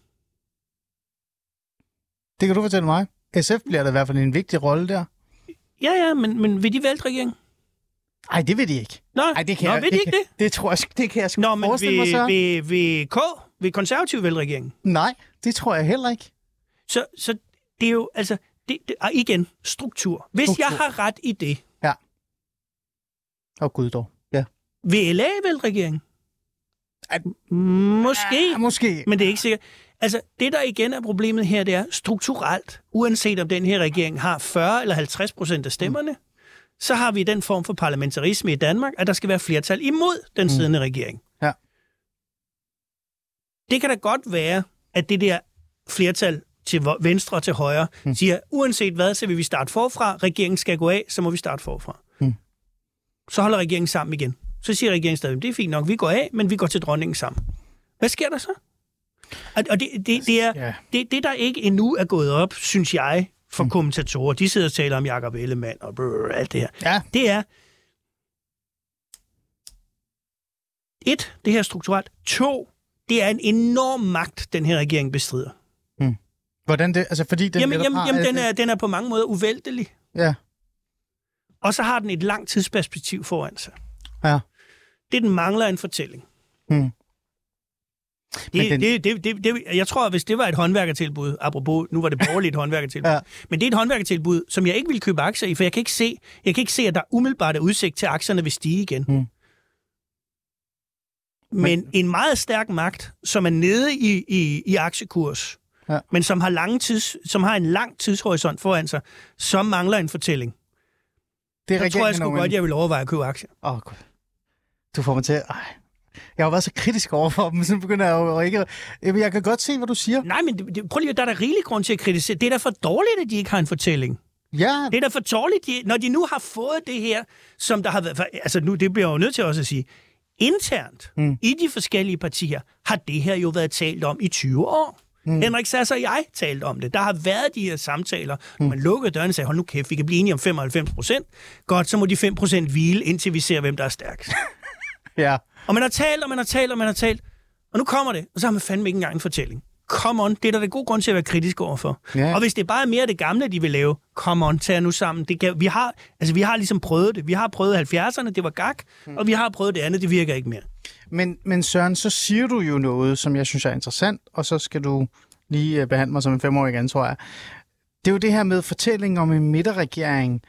S4: Det kan du fortælle mig. S F bliver der i hvert fald en vigtig rolle der.
S5: Ja, ja, men, men vil de vælte regeringen?
S4: Nej, det vil de ikke.
S5: Nå,
S4: Ej, det kan
S5: Nå
S4: jeg,
S5: vil de
S4: det,
S5: ikke
S4: kan,
S5: det?
S4: Det tror jeg, det kan jeg sgu
S5: Nå, men
S4: forestille mig så.
S5: vil, vil K, vil konservativ vælte regeringen?
S4: Nej, det tror jeg heller ikke.
S5: Så, så det er jo, altså, det, det, og igen, struktur. Hvis
S4: Struktur.
S5: jeg har ret i det,
S4: Ja. Åh oh, gud dog. Ja.
S5: vil L A vælte regeringen?
S4: At,
S5: Måske,
S4: ja, måske.
S5: men det er ikke sikkert. Altså, det der igen er problemet her, det er strukturelt. Uanset om den her regering har fyrre eller halvtreds procent af stemmerne, mm. så har vi den form for parlamentarisme i Danmark, at der skal være flertal imod den mm. siddende regering.
S4: Ja.
S5: Det kan da godt være, at det der flertal til venstre og til højre mm. siger, uanset hvad, så vil vi starte forfra. Regeringen skal gå af, så må vi starte forfra. Mm. Så holder regeringen sammen igen. Så siger regeringen stadig, det er fint nok, vi går af, men vi går til dronningen sammen. Hvad sker der så? Og det, det, det, er, yeah. det, det, der ikke endnu er gået op, synes jeg, for mm. kommentatorer, de sidder og taler om Jakob Ellemann og brrr, alt det her,
S4: ja.
S5: det er et, det her strukturelt. To, det er en enorm magt, den her regering bestrider.
S4: Mm. Hvordan det? Altså fordi den
S5: jamen, jamen,
S4: har,
S5: jamen den, er, den er på mange måder uvæltelig.
S4: Ja.
S5: Og så har den et langt tidsperspektiv foran sig.
S4: Ja.
S5: Det, den mangler en fortælling.
S4: Mm.
S5: Det,
S4: den...
S5: det, det, det, det, jeg tror, at hvis det var et håndværkertilbud, apropos, nu var det borgerligt håndværkertilbud, ja. men det er et håndværkertilbud, som jeg ikke vil købe aktier i, for jeg kan ikke se, jeg kan ikke se, at der umiddelbart er udsigt til, at aktierne vil stige igen. Mm. Men, men en meget stærk magt, som er nede i, i, i aktiekurs, ja. men som har, lange tids, som har en lang tidshorisont foran sig, som mangler en fortælling. Det er tror jeg sgu godt, jeg vil overveje at købe aktier.
S4: Åh, oh, du får mig til... Ej. Jeg har været så kritisk over for dem, så begynder jeg jo ikke... Jeg kan godt se, hvad du siger.
S5: Nej, men det, det, prøv lige, der er der rigelig grund til at kritisere. Det er da for dårligt, at de ikke har en fortælling.
S4: Ja.
S5: Det er da for dårligt, de, når de nu har fået det her, som der har været... Altså nu, det bliver jeg jo nødt til også at sige. Internt mm. i de forskellige partier har det her jo været talt om i tyve år. Mm. Henrik Sass og jeg talt om det. Der har været de her samtaler, mm. når man lukkede døren og sagde, hold nu kæft, vi kan blive enige om femoghalvfems procent. Godt, så må de fem procent hvile, indtil vi ser, hvem der er stærkest.
S4: Ja.
S5: Og man har talt, og man har talt, og man har talt. Og nu kommer det, og så har man fandme ikke engang en fortælling. Come on, det er der det god grund til at være kritisk overfor. Ja. Og hvis det er bare mere det gamle, de vil lave, come on, tag nu sammen. Det kan, vi, har, altså, vi har ligesom prøvet det. Vi har prøvet halvfjerdserne, det var gak, mm. og vi har prøvet det andet, det virker ikke mere.
S4: Men, men Søren, så siger du jo noget, som jeg synes er interessant, og så skal du lige behandle mig som en femårig igen, tror jeg. Det er jo det her med fortælling om en midterregering.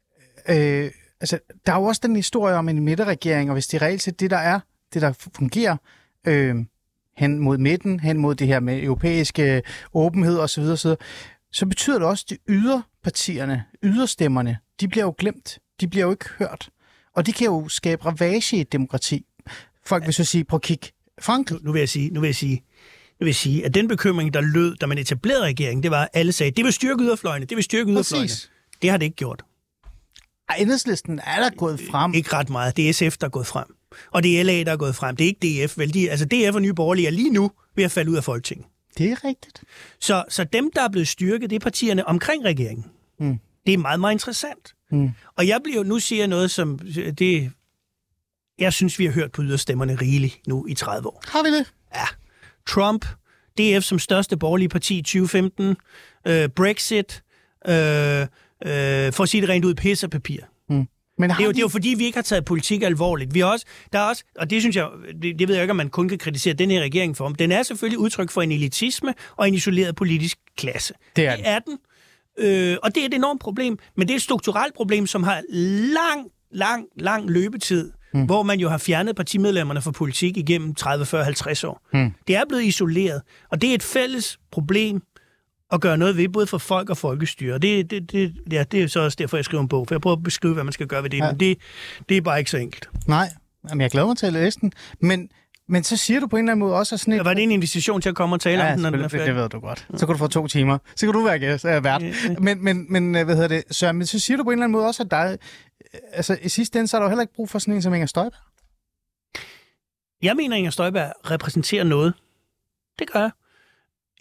S4: Øh, altså, der er jo også den historie om en midterregering, og hvis det er reelt set det, der er, det der fungerer, øh, hen mod midten, hen mod det her med europæiske åbenhed osv., osv., så betyder det også, at de yderpartierne, yderstemmerne, de bliver jo glemt. De bliver jo ikke hørt. Og de kan jo skabe ravage i et demokrati. Folk vil så sige, prøv at kigge Frankrig.
S5: Nu vil jeg sige, nu vil jeg sige, nu vil jeg sige, at den bekymring, der lød, da man etablerede regeringen, det var, at alle sagde, det vil styrke yderfløjene, det vil styrke yderfløjene. Det har det ikke gjort.
S4: Ej, Enhedslisten er der gået frem.
S5: Ikke ret meget. Det er S F, der er gået frem. Og det er L A, der er gået frem. Det er ikke D F, vel? De, altså D F og Nye Borgerlige er lige nu ved at falde ud af Folketinget.
S4: Det er rigtigt.
S5: Så, så dem, der er blevet styrket, det er partierne omkring regeringen. Mm. Det er meget, meget interessant. Mm. Og jeg bliver nu siger noget, som det... Jeg synes, vi har hørt på yderstemmerne rigeligt nu i tredive år.
S4: Har vi det?
S5: Ja. Trump, D F som største borgerlige parti i tyve femten, øh, Brexit, øh, øh, for at sige det rent ud, pisse og papir. Mm. Men det, er jo, de... det er jo fordi, vi ikke har taget politik alvorligt. Vi har også, der er også, og det synes jeg, det, det ved jeg ikke, om man kun kan kritisere den her regering for, men den er selvfølgelig udtryk for en elitisme og en isoleret politisk klasse.
S4: Det er,
S5: det er den. Øh, og det er et enormt problem, men det er et strukturelt problem, som har lang, lang, lang løbetid, mm. hvor man jo har fjernet partimedlemmerne fra politik igennem tredive, fyrre, halvtreds år. Mm. Det er blevet isoleret, og det er et fælles problem at gøre noget ved, både for folk og folkestyre. Det, det, det, ja, det er så også derfor, jeg skriver en bog, for jeg prøver at beskrive, hvad man skal gøre ved det, ja. men det, det er bare ikke så enkelt.
S4: Nej, men jeg glæder mig til at læse den, men, men så siger du på en eller anden måde også... Sådan et...
S5: ja, var det en invitation til at komme og tale
S4: ja,
S5: om den, når den er
S4: færdig? Det ved du godt. Så kan du få to timer. Så kan du være gæst, øh, vært. Ja, ja. Men, men, men, hvad hedder det, Søren, men så siger du på en eller anden måde også, at der, altså, i sidste ende, så er der jo heller ikke brug for sådan en som Inger Støjberg.
S5: Jeg mener, at Inger Støjberg repræsenterer noget. Det gør jeg.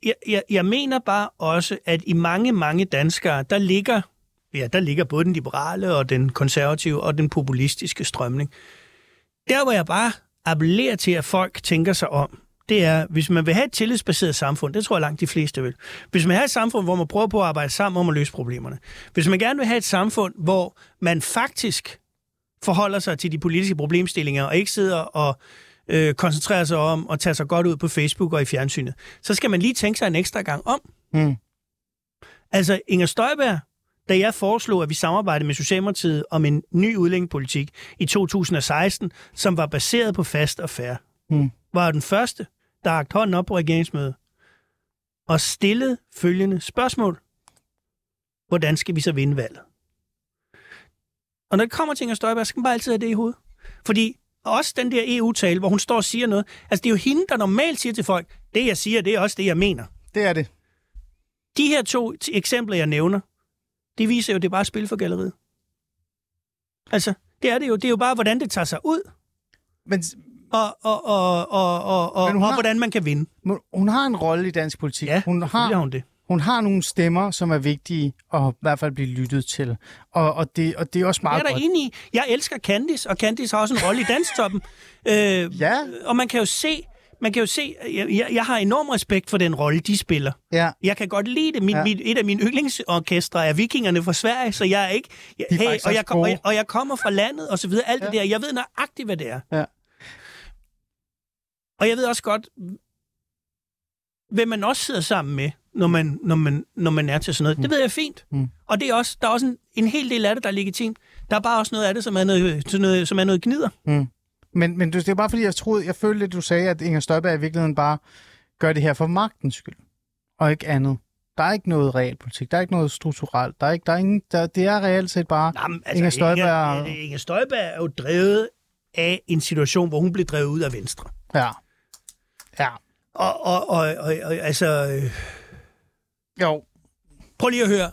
S5: jeg, jeg, jeg mener bare også, at i mange, mange danskere, der ligger, ja, der ligger både den liberale og den konservative og den populistiske strømning. Der, hvor jeg bare appellerer til, at folk tænker sig om, det er, hvis man vil have et tillidsbaseret samfund, det tror jeg langt de fleste vil. Hvis man vil have et samfund, hvor man prøver på at arbejde sammen om at løse problemerne. Hvis man gerne vil have et samfund, hvor man faktisk forholder sig til de politiske problemstillinger, og ikke sidder og øh, koncentrerer sig om at tage sig godt ud på Facebook og i fjernsynet, så skal man lige tænke sig en ekstra gang om. Mm. Altså, Inger Støjberg, da jeg foreslog, at vi samarbejdede med Socialdemokratiet om en ny udlændingepolitik i to tusind og seksten, som var baseret på fast og fair, mm. var den første, der rakte hånden op på regeringsmødet og stillede følgende spørgsmål. Hvordan skal vi så vinde valget? Og når det kommer til Inger Støjberg, så skal man bare altid have det i hovedet. Fordi også den der E U-tale, hvor hun står og siger noget, altså det er jo hende, der normalt siger til folk, det jeg siger, det er også det, jeg mener.
S4: Det er det.
S5: De her to eksempler, jeg nævner, det viser jo, det er bare spil for galleriet. Altså, det er det jo. Det er jo bare, hvordan det tager sig ud. Men... Og, og, og, og, og, og, og hvordan man kan vinde.
S4: Hun har en rolle i dansk politik.
S5: Ja,
S4: hun har,
S5: hun det.
S4: Hun har nogle stemmer, som er vigtige at i hvert fald blive lyttet til. Og, og, det, og det er også meget
S5: godt. Jeg er da enig i. Jeg elsker Candice, og Candice har også en rolle i Danstoppen. øh,
S4: ja.
S5: Og man kan jo se, man kan jo se jeg, jeg, jeg har enorm respekt for den rolle, de spiller.
S4: Ja.
S5: Jeg kan godt lide det. Min, ja. mit, et af mine yndlingsorkestre er Vikingerne fra Sverige, så jeg er ikke... Jeg, hey, og, jeg, og, jeg, og jeg kommer fra landet, og så videre. Alt ja. det der. Jeg ved nøjagtigt, hvad det er.
S4: Ja.
S5: Og jeg ved også godt, hvem man også sidder sammen med, når man, når man, når man er til sådan noget. Mm. Det ved jeg fint. Mm. Og det er også, der er også en, en hel del af det, der er legitimt. Der er bare også noget af det, som er noget, noget, som er noget gnider. Mm.
S4: Men, men det er bare fordi, jeg troede, jeg følte, at du sagde, at Inger Støjberg i virkeligheden bare gør det her for magtens skyld. Og ikke andet. Der er ikke noget realpolitik. Der er ikke noget strukturelt. Der er ikke, der er ingen, der, det er reelt set bare
S5: Jamen, altså,
S4: Inger Støjberg...
S5: Inger, Inger Støjberg er jo drevet af en situation, hvor hun blev drevet ud af Venstre.
S4: Ja. Ja.
S5: Og, og, og, og, og altså... Øh...
S4: Jo.
S5: Prøv lige at høre.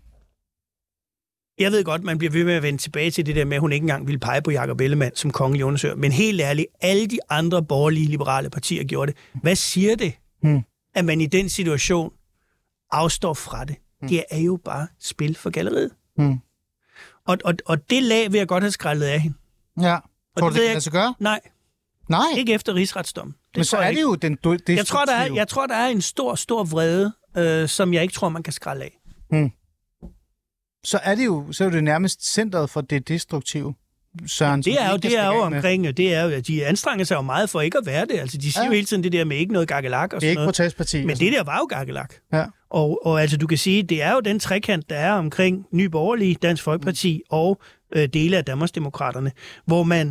S5: Jeg ved godt, man bliver ved med at vende tilbage til det der med, at hun ikke engang ville pege på Jakob Ellemann som kongelig undersøger. Men helt ærligt, alle de andre borgerlige liberale partier gjorde det. Hvad siger det, hmm. at man i den situation afstår fra det? Hmm. Det er jo bare spil for galleriet. Hmm. Og, og, og det lag vil jeg godt have skrællet af hende.
S4: Ja. Tror du, det kan lade sig gøre?
S5: Nej.
S4: Nej.
S5: Ikke efter rigsretsdommen.
S4: Men så er det jo den destruktive.
S5: Jeg tror, der er, jeg tror, der er en stor, stor vrede, øh, som jeg ikke tror, man kan skrælle af. Hmm.
S4: Så er det jo, så er det nærmest centret for det destruktive. Søren,
S5: det er jo, det er jo omkring, det er jo, de anstrenger sig jo meget for ikke at være det. Altså, de siger ja. jo hele tiden det der med ikke noget gakkelak og sådan noget.
S4: Det er ikke protestparti.
S5: Men det der var jo gakkelak.
S4: Ja.
S5: Og, og altså, du kan sige, det er jo den trekant, der er omkring Ny Borgerlige, Dansk Folkeparti mm. og øh, dele af Danmarksdemokraterne, hvor man...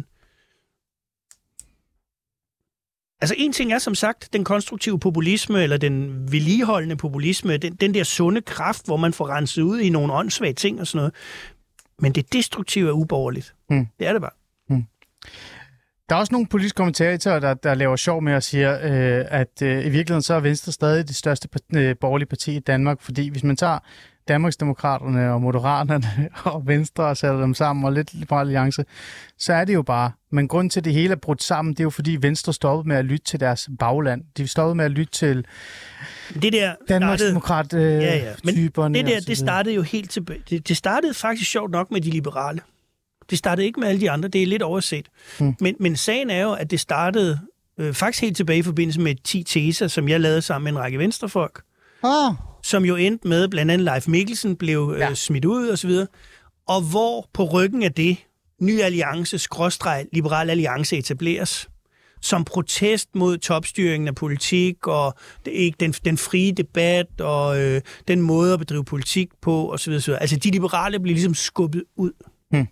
S5: Altså, en ting er som sagt den konstruktive populisme, eller den vedligeholdende populisme, den, den der sunde kraft, hvor man får renset ud i nogle åndssvage ting og sådan noget. Men det destruktive er uborgerligt. Hmm. Det er det bare. Hmm.
S4: Der er også nogle politiske kommentatorer, der, der laver sjov med og siger, øh, at øh, i virkeligheden så er Venstre stadig det største øh, borgerlige parti i Danmark, fordi hvis man tager Danmarksdemokraterne og Moderaterne og Venstre og sætter dem sammen og lidt Liberal Alliance, så er det jo bare. Men grunden til, at det hele er brudt sammen, det er jo fordi Venstre stoppede med at lytte til deres bagland. De stoppede med at lytte til
S5: det der
S4: Danmarksdemokrat-typerne.
S5: Øh, ja, ja. Men det der, det startede jo helt tilbage. Det, det startede faktisk sjovt nok med de liberale. Det startede ikke med alle de andre. Det er lidt overset. Hmm. Men, men sagen er jo, at det startede øh, faktisk helt tilbage i forbindelse med ti teser, som jeg lavede sammen med en række venstrefolk. Ah. Som jo endte med, blandt andet Leif Mikkelsen blev ja. øh, smidt ud og så videre. Og hvor på ryggen af det, Ny Alliance, skråstreg, Liberal Alliance etableres, som protest mod topstyringen af politik, og det, ikke, den, den frie debat, og øh, den måde at bedrive politik på, og så videre, så videre. Altså, de liberale bliver ligesom skubbet ud. Hmm.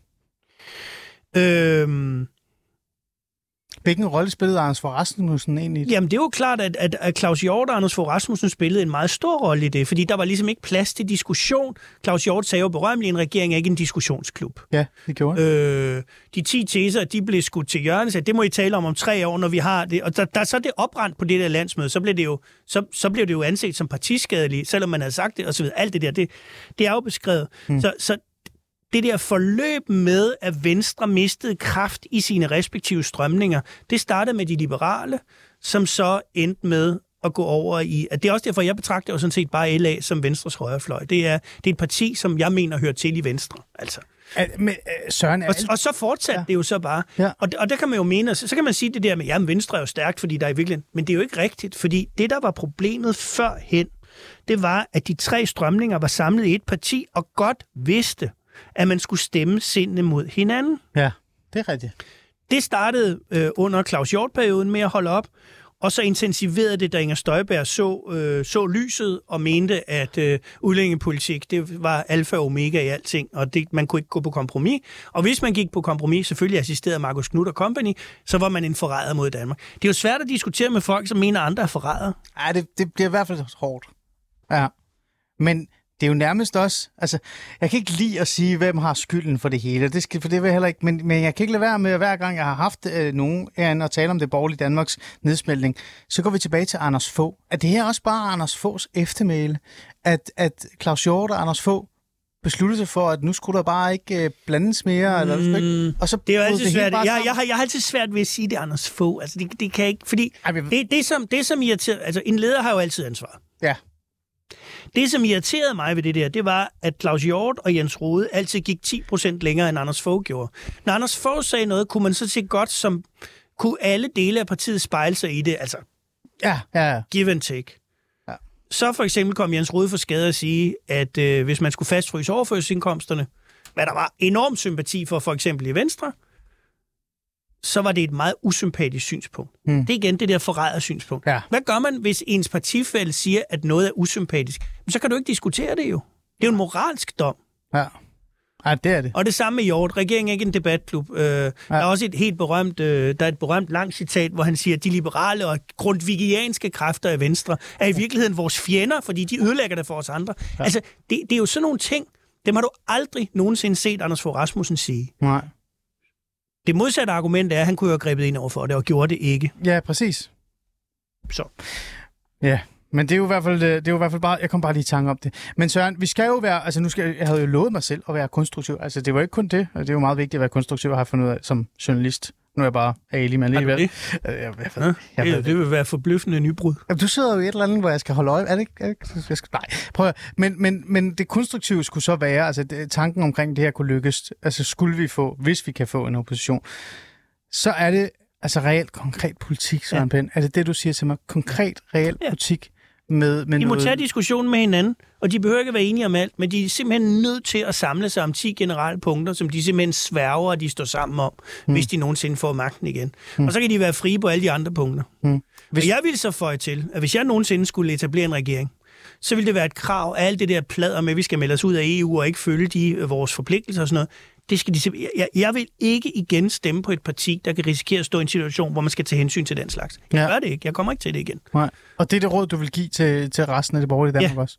S5: Øhm,
S4: Hvilken rolle spillede Anders Fogh Rasmussen egentlig?
S5: Jamen, det er jo klart, at, at, at Claus Hjort og Anders Fogh Rasmussen spillede en meget stor rolle i det, fordi der var ligesom ikke plads til diskussion. Claus Hjort sagde jo berømmeligt, en regering er ikke en diskussionsklub.
S4: Ja, det gjorde
S5: øh, De ti teser, de blev skudt til hjørne, så det må I tale om om tre år, når vi har det. Og der, der så det opbrændt på det der landsmøde, så blev det jo, så, så blev det jo anset som partiskadeligt, selvom man havde sagt det, og så videre. Alt det der, det, det er jo beskrevet. Hmm. Så, så det der forløb med, at Venstre mistede kraft i sine respektive strømninger, det startede med de liberale, som så endte med at gå over i... At det er også derfor, jeg betragter jo sådan set bare L A som Venstres højrefløj. Det er, det er et parti, som jeg mener hører til i Venstre, altså.
S4: At, men, uh, Søren,
S5: og, og så fortsatte ja. det jo så bare. Ja. Og, og der kan man jo mene, så, så kan man sige det der med, jamen Venstre er jo stærkt, fordi der er i virkeligheden... Men det er jo ikke rigtigt, fordi det, der var problemet førhen, det var, at de tre strømninger var samlet i et parti, og godt vidste, at man skulle stemme sindene mod hinanden.
S4: Ja, det er rigtigt.
S5: Det startede øh, under Claus Hjort-perioden med at holde op, og så intensiverede det, da Inger Støjberg så, øh, så lyset og mente, at øh, udlændingepolitik, det var alfa og omega i alting, og det, man kunne ikke gå på kompromis. Og hvis man gik på kompromis, selvfølgelig assisteret Marcus Knudt og company, så var man en forræder mod Danmark. Det er jo svært at diskutere med folk, som mener, andre er forrædere.
S4: Ja, det, det bliver i hvert fald hårdt. Ja, men det er jo nærmest også, altså, jeg kan ikke lide at sige, hvem har skylden for det hele, det skal, for det vil jeg heller ikke, men, men jeg kan ikke lade være med, at hver gang jeg har haft øh, nogen herinde og tale om det borgerlige Danmarks nedsmeltning, så går vi tilbage til Anders Fogh. Er det her også bare Anders Foghs eftermæle, at, at Claus Hjort og Anders Fogh besluttede sig for, at nu skulle der bare ikke øh, blandes mere, eller mm, ikke? Og så
S5: det er jo altid det svært. Jeg, jeg, har, jeg har altid svært ved at sige, det er Anders Fogh. Altså, det, det kan ikke, fordi Ej, men... det, det, som, det som irriterer, altså en leder har jo altid ansvar.
S4: Ja.
S5: Det, som irriterede mig ved det der, det var, at Claus Hjort og Jens Rohde altid gik ti procent længere, end Anders Fogh gjorde. Når Anders Fogh sagde noget, kunne man så se godt som, kunne alle dele af partiet spejle sig i det, altså
S4: ja, ja, ja.
S5: give and take. Ja. Så for eksempel kom Jens Rohde for skade at sige, at øh, hvis man skulle fastfryse overførselsindkomsterne, hvad der var enorm sympati for, for eksempel i Venstre, så var det et meget usympatisk synspunkt. Hmm. Det er igen det der forrædersynspunkt. Ja. Hvad gør man, hvis ens partifælle siger, at noget er usympatisk? Så kan du ikke diskutere det jo. Det er jo en moralsk dom.
S4: Ja. Ja, det er det.
S5: Og det samme med Hjort. Regeringen er ikke en debatklub. Øh, ja. Der er også et helt berømt, øh, der er et berømt langt citat, hvor han siger, at de liberale og grundtvigianske kræfter i Venstre er i virkeligheden vores fjender, fordi de ødelægger det for os andre. Ja. Altså, det, det er jo sådan nogle ting, dem har du aldrig nogensinde set Anders Fogh Rasmussen sige.
S4: Nej.
S5: Det modsatte argument er, at han kunne jo have grebet ind over for det, og gjorde det ikke.
S4: Ja, præcis.
S5: Så.
S4: Ja, men det er jo i hvert fald, det er jo i hvert fald bare, jeg kom bare lige i tanke om det. Men Søren, vi skal jo være, altså nu skal, jeg havde jo lovet mig selv at være konstruktiv. Altså det var ikke kun det, og det er jo meget vigtigt at være konstruktiv og have fundet ud af som journalist. Nu er jeg bare Ali, men alligevel.
S5: Det? Jeg, jeg, jeg, jeg, jeg, det, det vil være forbløffende nybrud.
S4: Du sidder jo i et eller andet, hvor jeg skal holde øje. Er det ikke? Er det ikke? Jeg skal, nej, prøv at, men, men, men det konstruktive skulle så være, altså det, tanken omkring det her kunne lykkes, altså skulle vi få, hvis vi kan få en opposition, så er det altså reelt konkret politik, Søren ja. Pind. Er det det, du siger til mig? Konkret, reelt ja. politik med, med
S5: de
S4: noget...
S5: må tage diskussionen med hinanden, og de behøver ikke være enige om alt, men de er simpelthen nødt til at samle sig om ti generelle punkter, som de simpelthen sværger, og de står sammen om, hmm. hvis de nogensinde får magten igen. Hmm. Og så kan de være frie på alle de andre punkter. Hmm. Hvis... Og jeg vil så føje til, at hvis jeg nogensinde skulle etablere en regering, så ville det være et krav af alt det der plader med, at vi skal melde os ud af E U og ikke følge de, vores forpligtelser og sådan noget. Det skal de simpelthen... jeg, jeg vil ikke igen stemme på et parti, der kan risikere at stå i en situation, hvor man skal tage hensyn til den slags. Jeg ja. gør det ikke. Jeg kommer ikke til det igen. Nej.
S4: Og det er det råd, du vil give til, til resten af det borgerlige Danmark ja. også?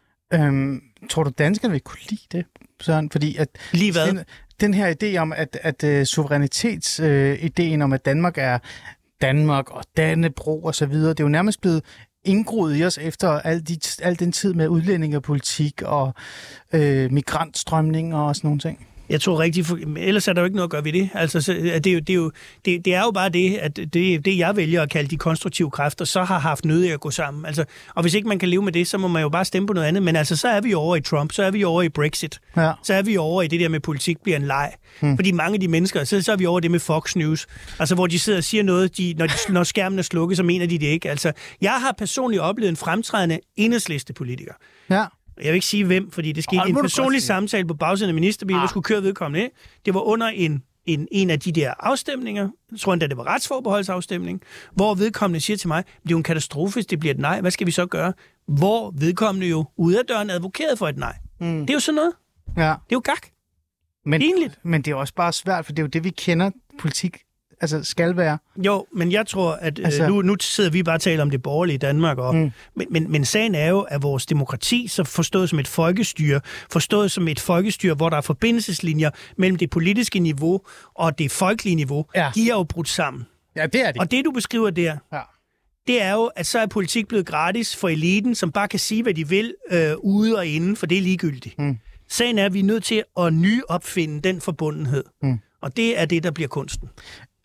S4: Øhm, tror du, danskerne vil kunne lide det, Søren? Fordi at
S5: lige hvad?
S4: Den, den her idé om, at, at uh, suverænitetsideen uh, om, at Danmark er Danmark og Dannebro og så videre, det er jo nærmest blevet indgroet i os efter al, de, al den tid med udlændingepolitik og øh, migrantstrømning og sådan nogle ting.
S5: Jeg tror rigtig, for, ellers er der jo ikke noget at gøre ved det. Altså, så, det, er jo, det, er jo, det, det er jo bare det, at det, det, jeg vælger at kalde de konstruktive kræfter, så har haft nød at gå sammen. Altså, og hvis ikke man kan leve med det, så må man jo bare stemme på noget andet. Men altså, så er vi over i Trump, så er vi over i Brexit, ja. så er vi over i det der med politik bliver en leg. Hmm. Fordi mange af de mennesker, så, så er vi over det med Fox News, altså hvor de sidder og siger noget, de, når, de, når skærmen er slukket, så mener de det ikke. Altså, jeg har personligt oplevet en fremtrædende enhedslistepolitiker.
S4: Ja.
S5: Jeg vil ikke sige hvem, fordi det skete en personlig samtale på bagsiden af ministerbilen, der ah. skulle køre vedkommende. Det var under en, en, en af de der afstemninger, jeg tror endda det var retsforbeholdsafstemning, hvor vedkommende siger til mig, det er jo en katastrofe, hvis det bliver et nej, hvad skal vi så gøre? Hvor vedkommende jo ude af døren advokerede for et nej. Mm. Det er jo sådan noget. Ja. Det er jo gak.
S4: Men, men det er også bare svært, for det er jo det, vi kender politik altså skal være.
S5: Jo, men jeg tror, at altså... øh, nu, nu sidder vi bare og taler om det borgerlige i Danmark, og, mm. men, men, men sagen er jo, at vores demokrati, så forstået som et folkestyre, forstået som et folkestyre, hvor der er forbindelseslinjer mellem det politiske niveau og det folkelige niveau, ja. de er jo brudt sammen.
S4: Ja, det er det.
S5: Og det, du beskriver der, ja. det er jo, at så er politik blevet gratis for eliten, som bare kan sige, hvad de vil, øh, ude og inde, for det er ligegyldigt. Mm. Sagen er, at vi er nødt til at nyopfinde den forbundenhed. Mm. Og det er det, der bliver kunsten.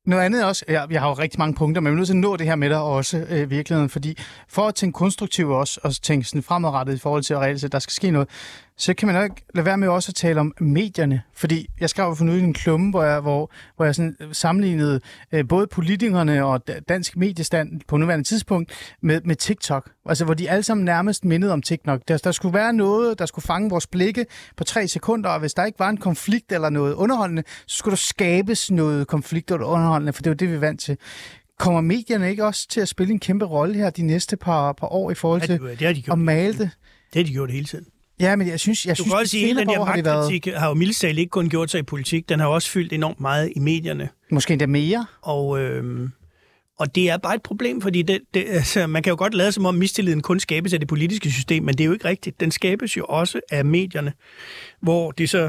S4: Noget andet også, jeg, jeg har jo rigtig mange punkter, men jeg er nødt til at nå det her med dig også øh, virkeligheden, fordi for at tænke konstruktivt også, og tænke sådan fremadrettet i forhold til at reelt, der skal ske noget, så kan man nok lade være med også at tale om medierne, fordi jeg skrev for nylig en klumme, hvor jeg, hvor, hvor jeg sådan sammenlignede øh, både politikerne og dansk mediestand på nuværende tidspunkt med, med TikTok, altså hvor de alle sammen nærmest mindede om TikTok. Der, der skulle være noget, der skulle fange vores blikke på tre sekunder, og hvis der ikke var en konflikt eller noget underholdende, så skulle der skabes noget konflikt eller underholdende, for det var det, vi er vant til. Kommer medierne ikke også til at spille en kæmpe rolle her de næste par, par år i forhold til
S5: ja, det de
S4: at male det?
S5: Det har de gjort hele tiden.
S4: Ja, men jeg synes, jeg
S5: du
S4: synes,
S5: kan også sige, at den her magtkritik
S4: været...
S5: har jo mildt talt ikke kun gjort sig i politik, den har også fyldt enormt meget i medierne.
S4: Måske endda mere.
S5: Og, øh, og det er bare et problem, fordi det, det, altså, man kan jo godt lade som om mistilliden kun skabes af det politiske system, men det er jo ikke rigtigt. Den skabes jo også af medierne, hvor det så...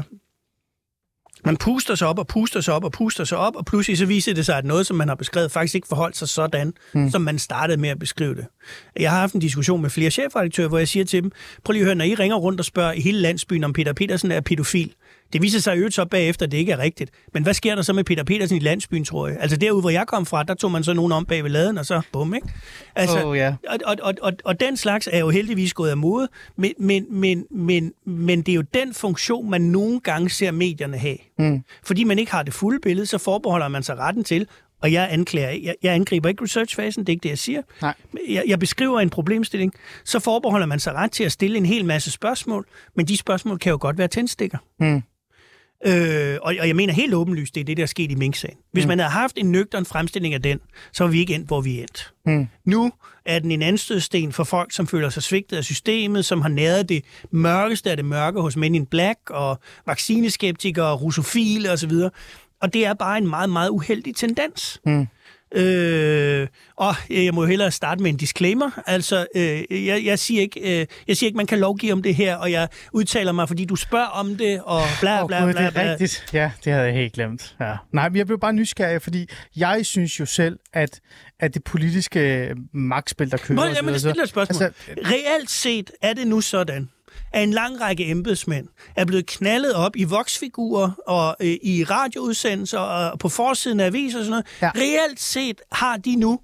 S5: Man puster sig op og puster sig op og puster sig op, og pludselig så viser det sig, at noget, som man har beskrevet, faktisk ikke forholdt sig sådan, mm. som man startede med at beskrive det. Jeg har haft en diskussion med flere chefredaktører, hvor jeg siger til dem, prøv lige at høre, når I ringer rundt og spørger i hele landsbyen, om Peter Petersen er pædofil. Det viser sig øvrigt så bagefter, at det ikke er rigtigt. Men hvad sker der så med Peter Petersen i landsbyen, tror jeg? Altså derude, hvor jeg kom fra, der tog man så nogen om bag ved laden, og så bum, ikke? Altså,
S4: oh, yeah.
S5: og, og, og, og, og den slags er jo heldigvis gået af mode, men, men, men, men, men det er jo den funktion, man nogle gange ser medierne have. Mm. Fordi man ikke har det fulde billede, så forbeholder man sig retten til, og jeg anklager, jeg, jeg angriber ikke researchfasen, det er ikke det, jeg siger. Nej. Jeg, jeg beskriver en problemstilling, så forbeholder man sig ret til at stille en hel masse spørgsmål, men de spørgsmål kan jo godt være tændstikker. Mm. Øh, og, og jeg mener helt åbenlyst, det er det, der er sket i Mink-sagen. Hvis mm. man havde haft en nøgtern fremstilling af den, så var vi ikke endt, hvor vi er endt. Mm. Nu er den en anstødsten for folk, som føler sig svigtet af systemet, som har næret det mørkeste af det mørke hos Men in Black, og vaccineskeptikere, og russofile osv., og det er bare en meget, meget uheldig tendens. Mm. Øh, og jeg må jo hellere starte med en disclaimer. Altså, øh, jeg, jeg, siger ikke, øh, jeg siger ikke, man kan lovgive om det her, og jeg udtaler mig, fordi du spørger om det, og bla bla bla.
S4: Oh,
S5: bla,
S4: det er rigtigt. Ja, det havde jeg helt glemt. Ja. Nej, men jeg blev bare nysgerrig, fordi jeg synes jo selv, at, at det politiske magtspil, der kører...
S5: Nå, jamen, det stiller et spørgsmål. Altså, reelt set er det nu sådan, at en lang række embedsmænd er blevet knaldet op i voksfigurer og øh, i radioudsendelser og på forsiden af aviser og sådan noget. Ja. Reelt set har de nu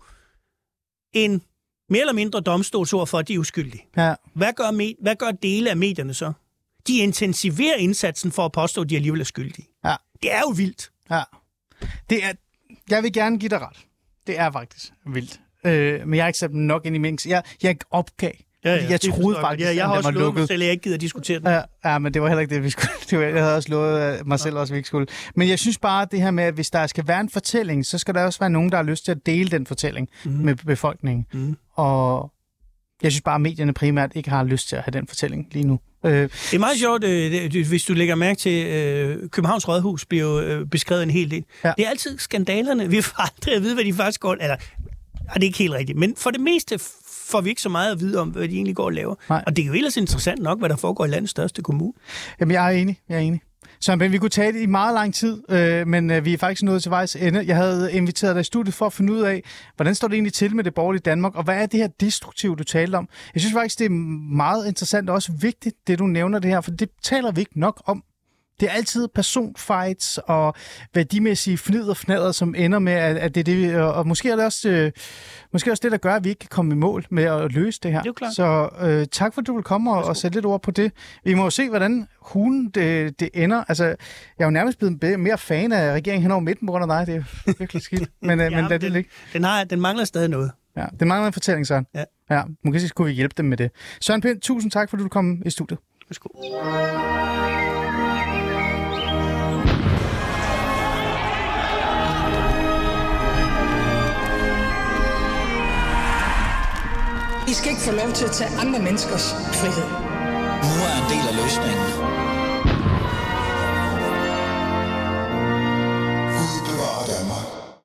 S5: en mere eller mindre domstolsord for, at de er uskyldige. Ja. Hvad gør, med, hvad gør dele af medierne så? De intensiverer indsatsen for at påstå, at de alligevel er skyldige. Ja. Det er jo vildt. Ja. Det er, jeg vil gerne give dig ret. Det er faktisk vildt. Øh, men jeg har ikke sat nok ind i Minks. Jeg, jeg opgav. Ja, ja, jeg troede faktisk, ja, jeg har
S4: at
S5: også
S4: den var lukket.
S5: Mig selv, jeg ikke gider at diskutere den.
S4: Ja, ja, men det var heller ikke det, vi skulle. Det var, jeg havde også lovet mig selv, også, vi ikke skulle. Men jeg synes bare, at det her med, at hvis der skal være en fortælling, så skal der også være nogen, der har lyst til at dele den fortælling mm. med befolkningen. Mm. Og jeg synes bare, at medierne primært ikke har lyst til at have den fortælling lige nu. Øh,
S5: det er meget sjovt, øh, hvis du lægger mærke til, øh, Københavns Rådhus bliver øh, beskrevet en hel del. Ja. Det er altid skandalerne. Vi får aldrig at vide, hvad de faktisk går... Eller, det er ikke helt rigtigt, men for det meste får vi ikke så meget at vide om, hvad de egentlig går og laver. Nej. Og det er jo ellers interessant nok, hvad der foregår i landets største kommune.
S4: Jamen, jeg er enig. Jeg er enig. Så men vi kunne tage det i meget lang tid, øh, men øh, vi er faktisk nået til vejs ende. Jeg havde inviteret dig i studiet for at finde ud af, hvordan står det egentlig til med det borgerlige Danmark, og hvad er det her destruktive, du talte om? Jeg synes faktisk, det er meget interessant og også vigtigt, det du nævner det her, for det taler vi ikke nok om. Det er altid personfights og værdimæssige fnid og fnader, som ender med, at det er det, og måske er det også, øh, måske også det, der gør, at vi ikke kan komme i mål med at løse det her.
S5: Det
S4: så øh, tak for, at du vil komme og, og sætte lidt ord på det. Vi må jo se, hvordan hulen det, det ender. Altså, jeg er jo nærmest blevet mere fan af regeringen hen over midten på grund af dig. Det er virkelig skidt. Men, øh, ja, men lad det ligge.
S5: Den, har, den mangler stadig noget.
S4: Ja, den mangler en fortælling, Søren. Ja. Ja, måske skulle vi hjælpe dem med det. Søren Pind, tusind tak, for at du kom i studiet.
S5: Værsgo.
S1: I skal ikke få lov til at tage andre menneskers frihed.
S2: Nu er en del af løsningen.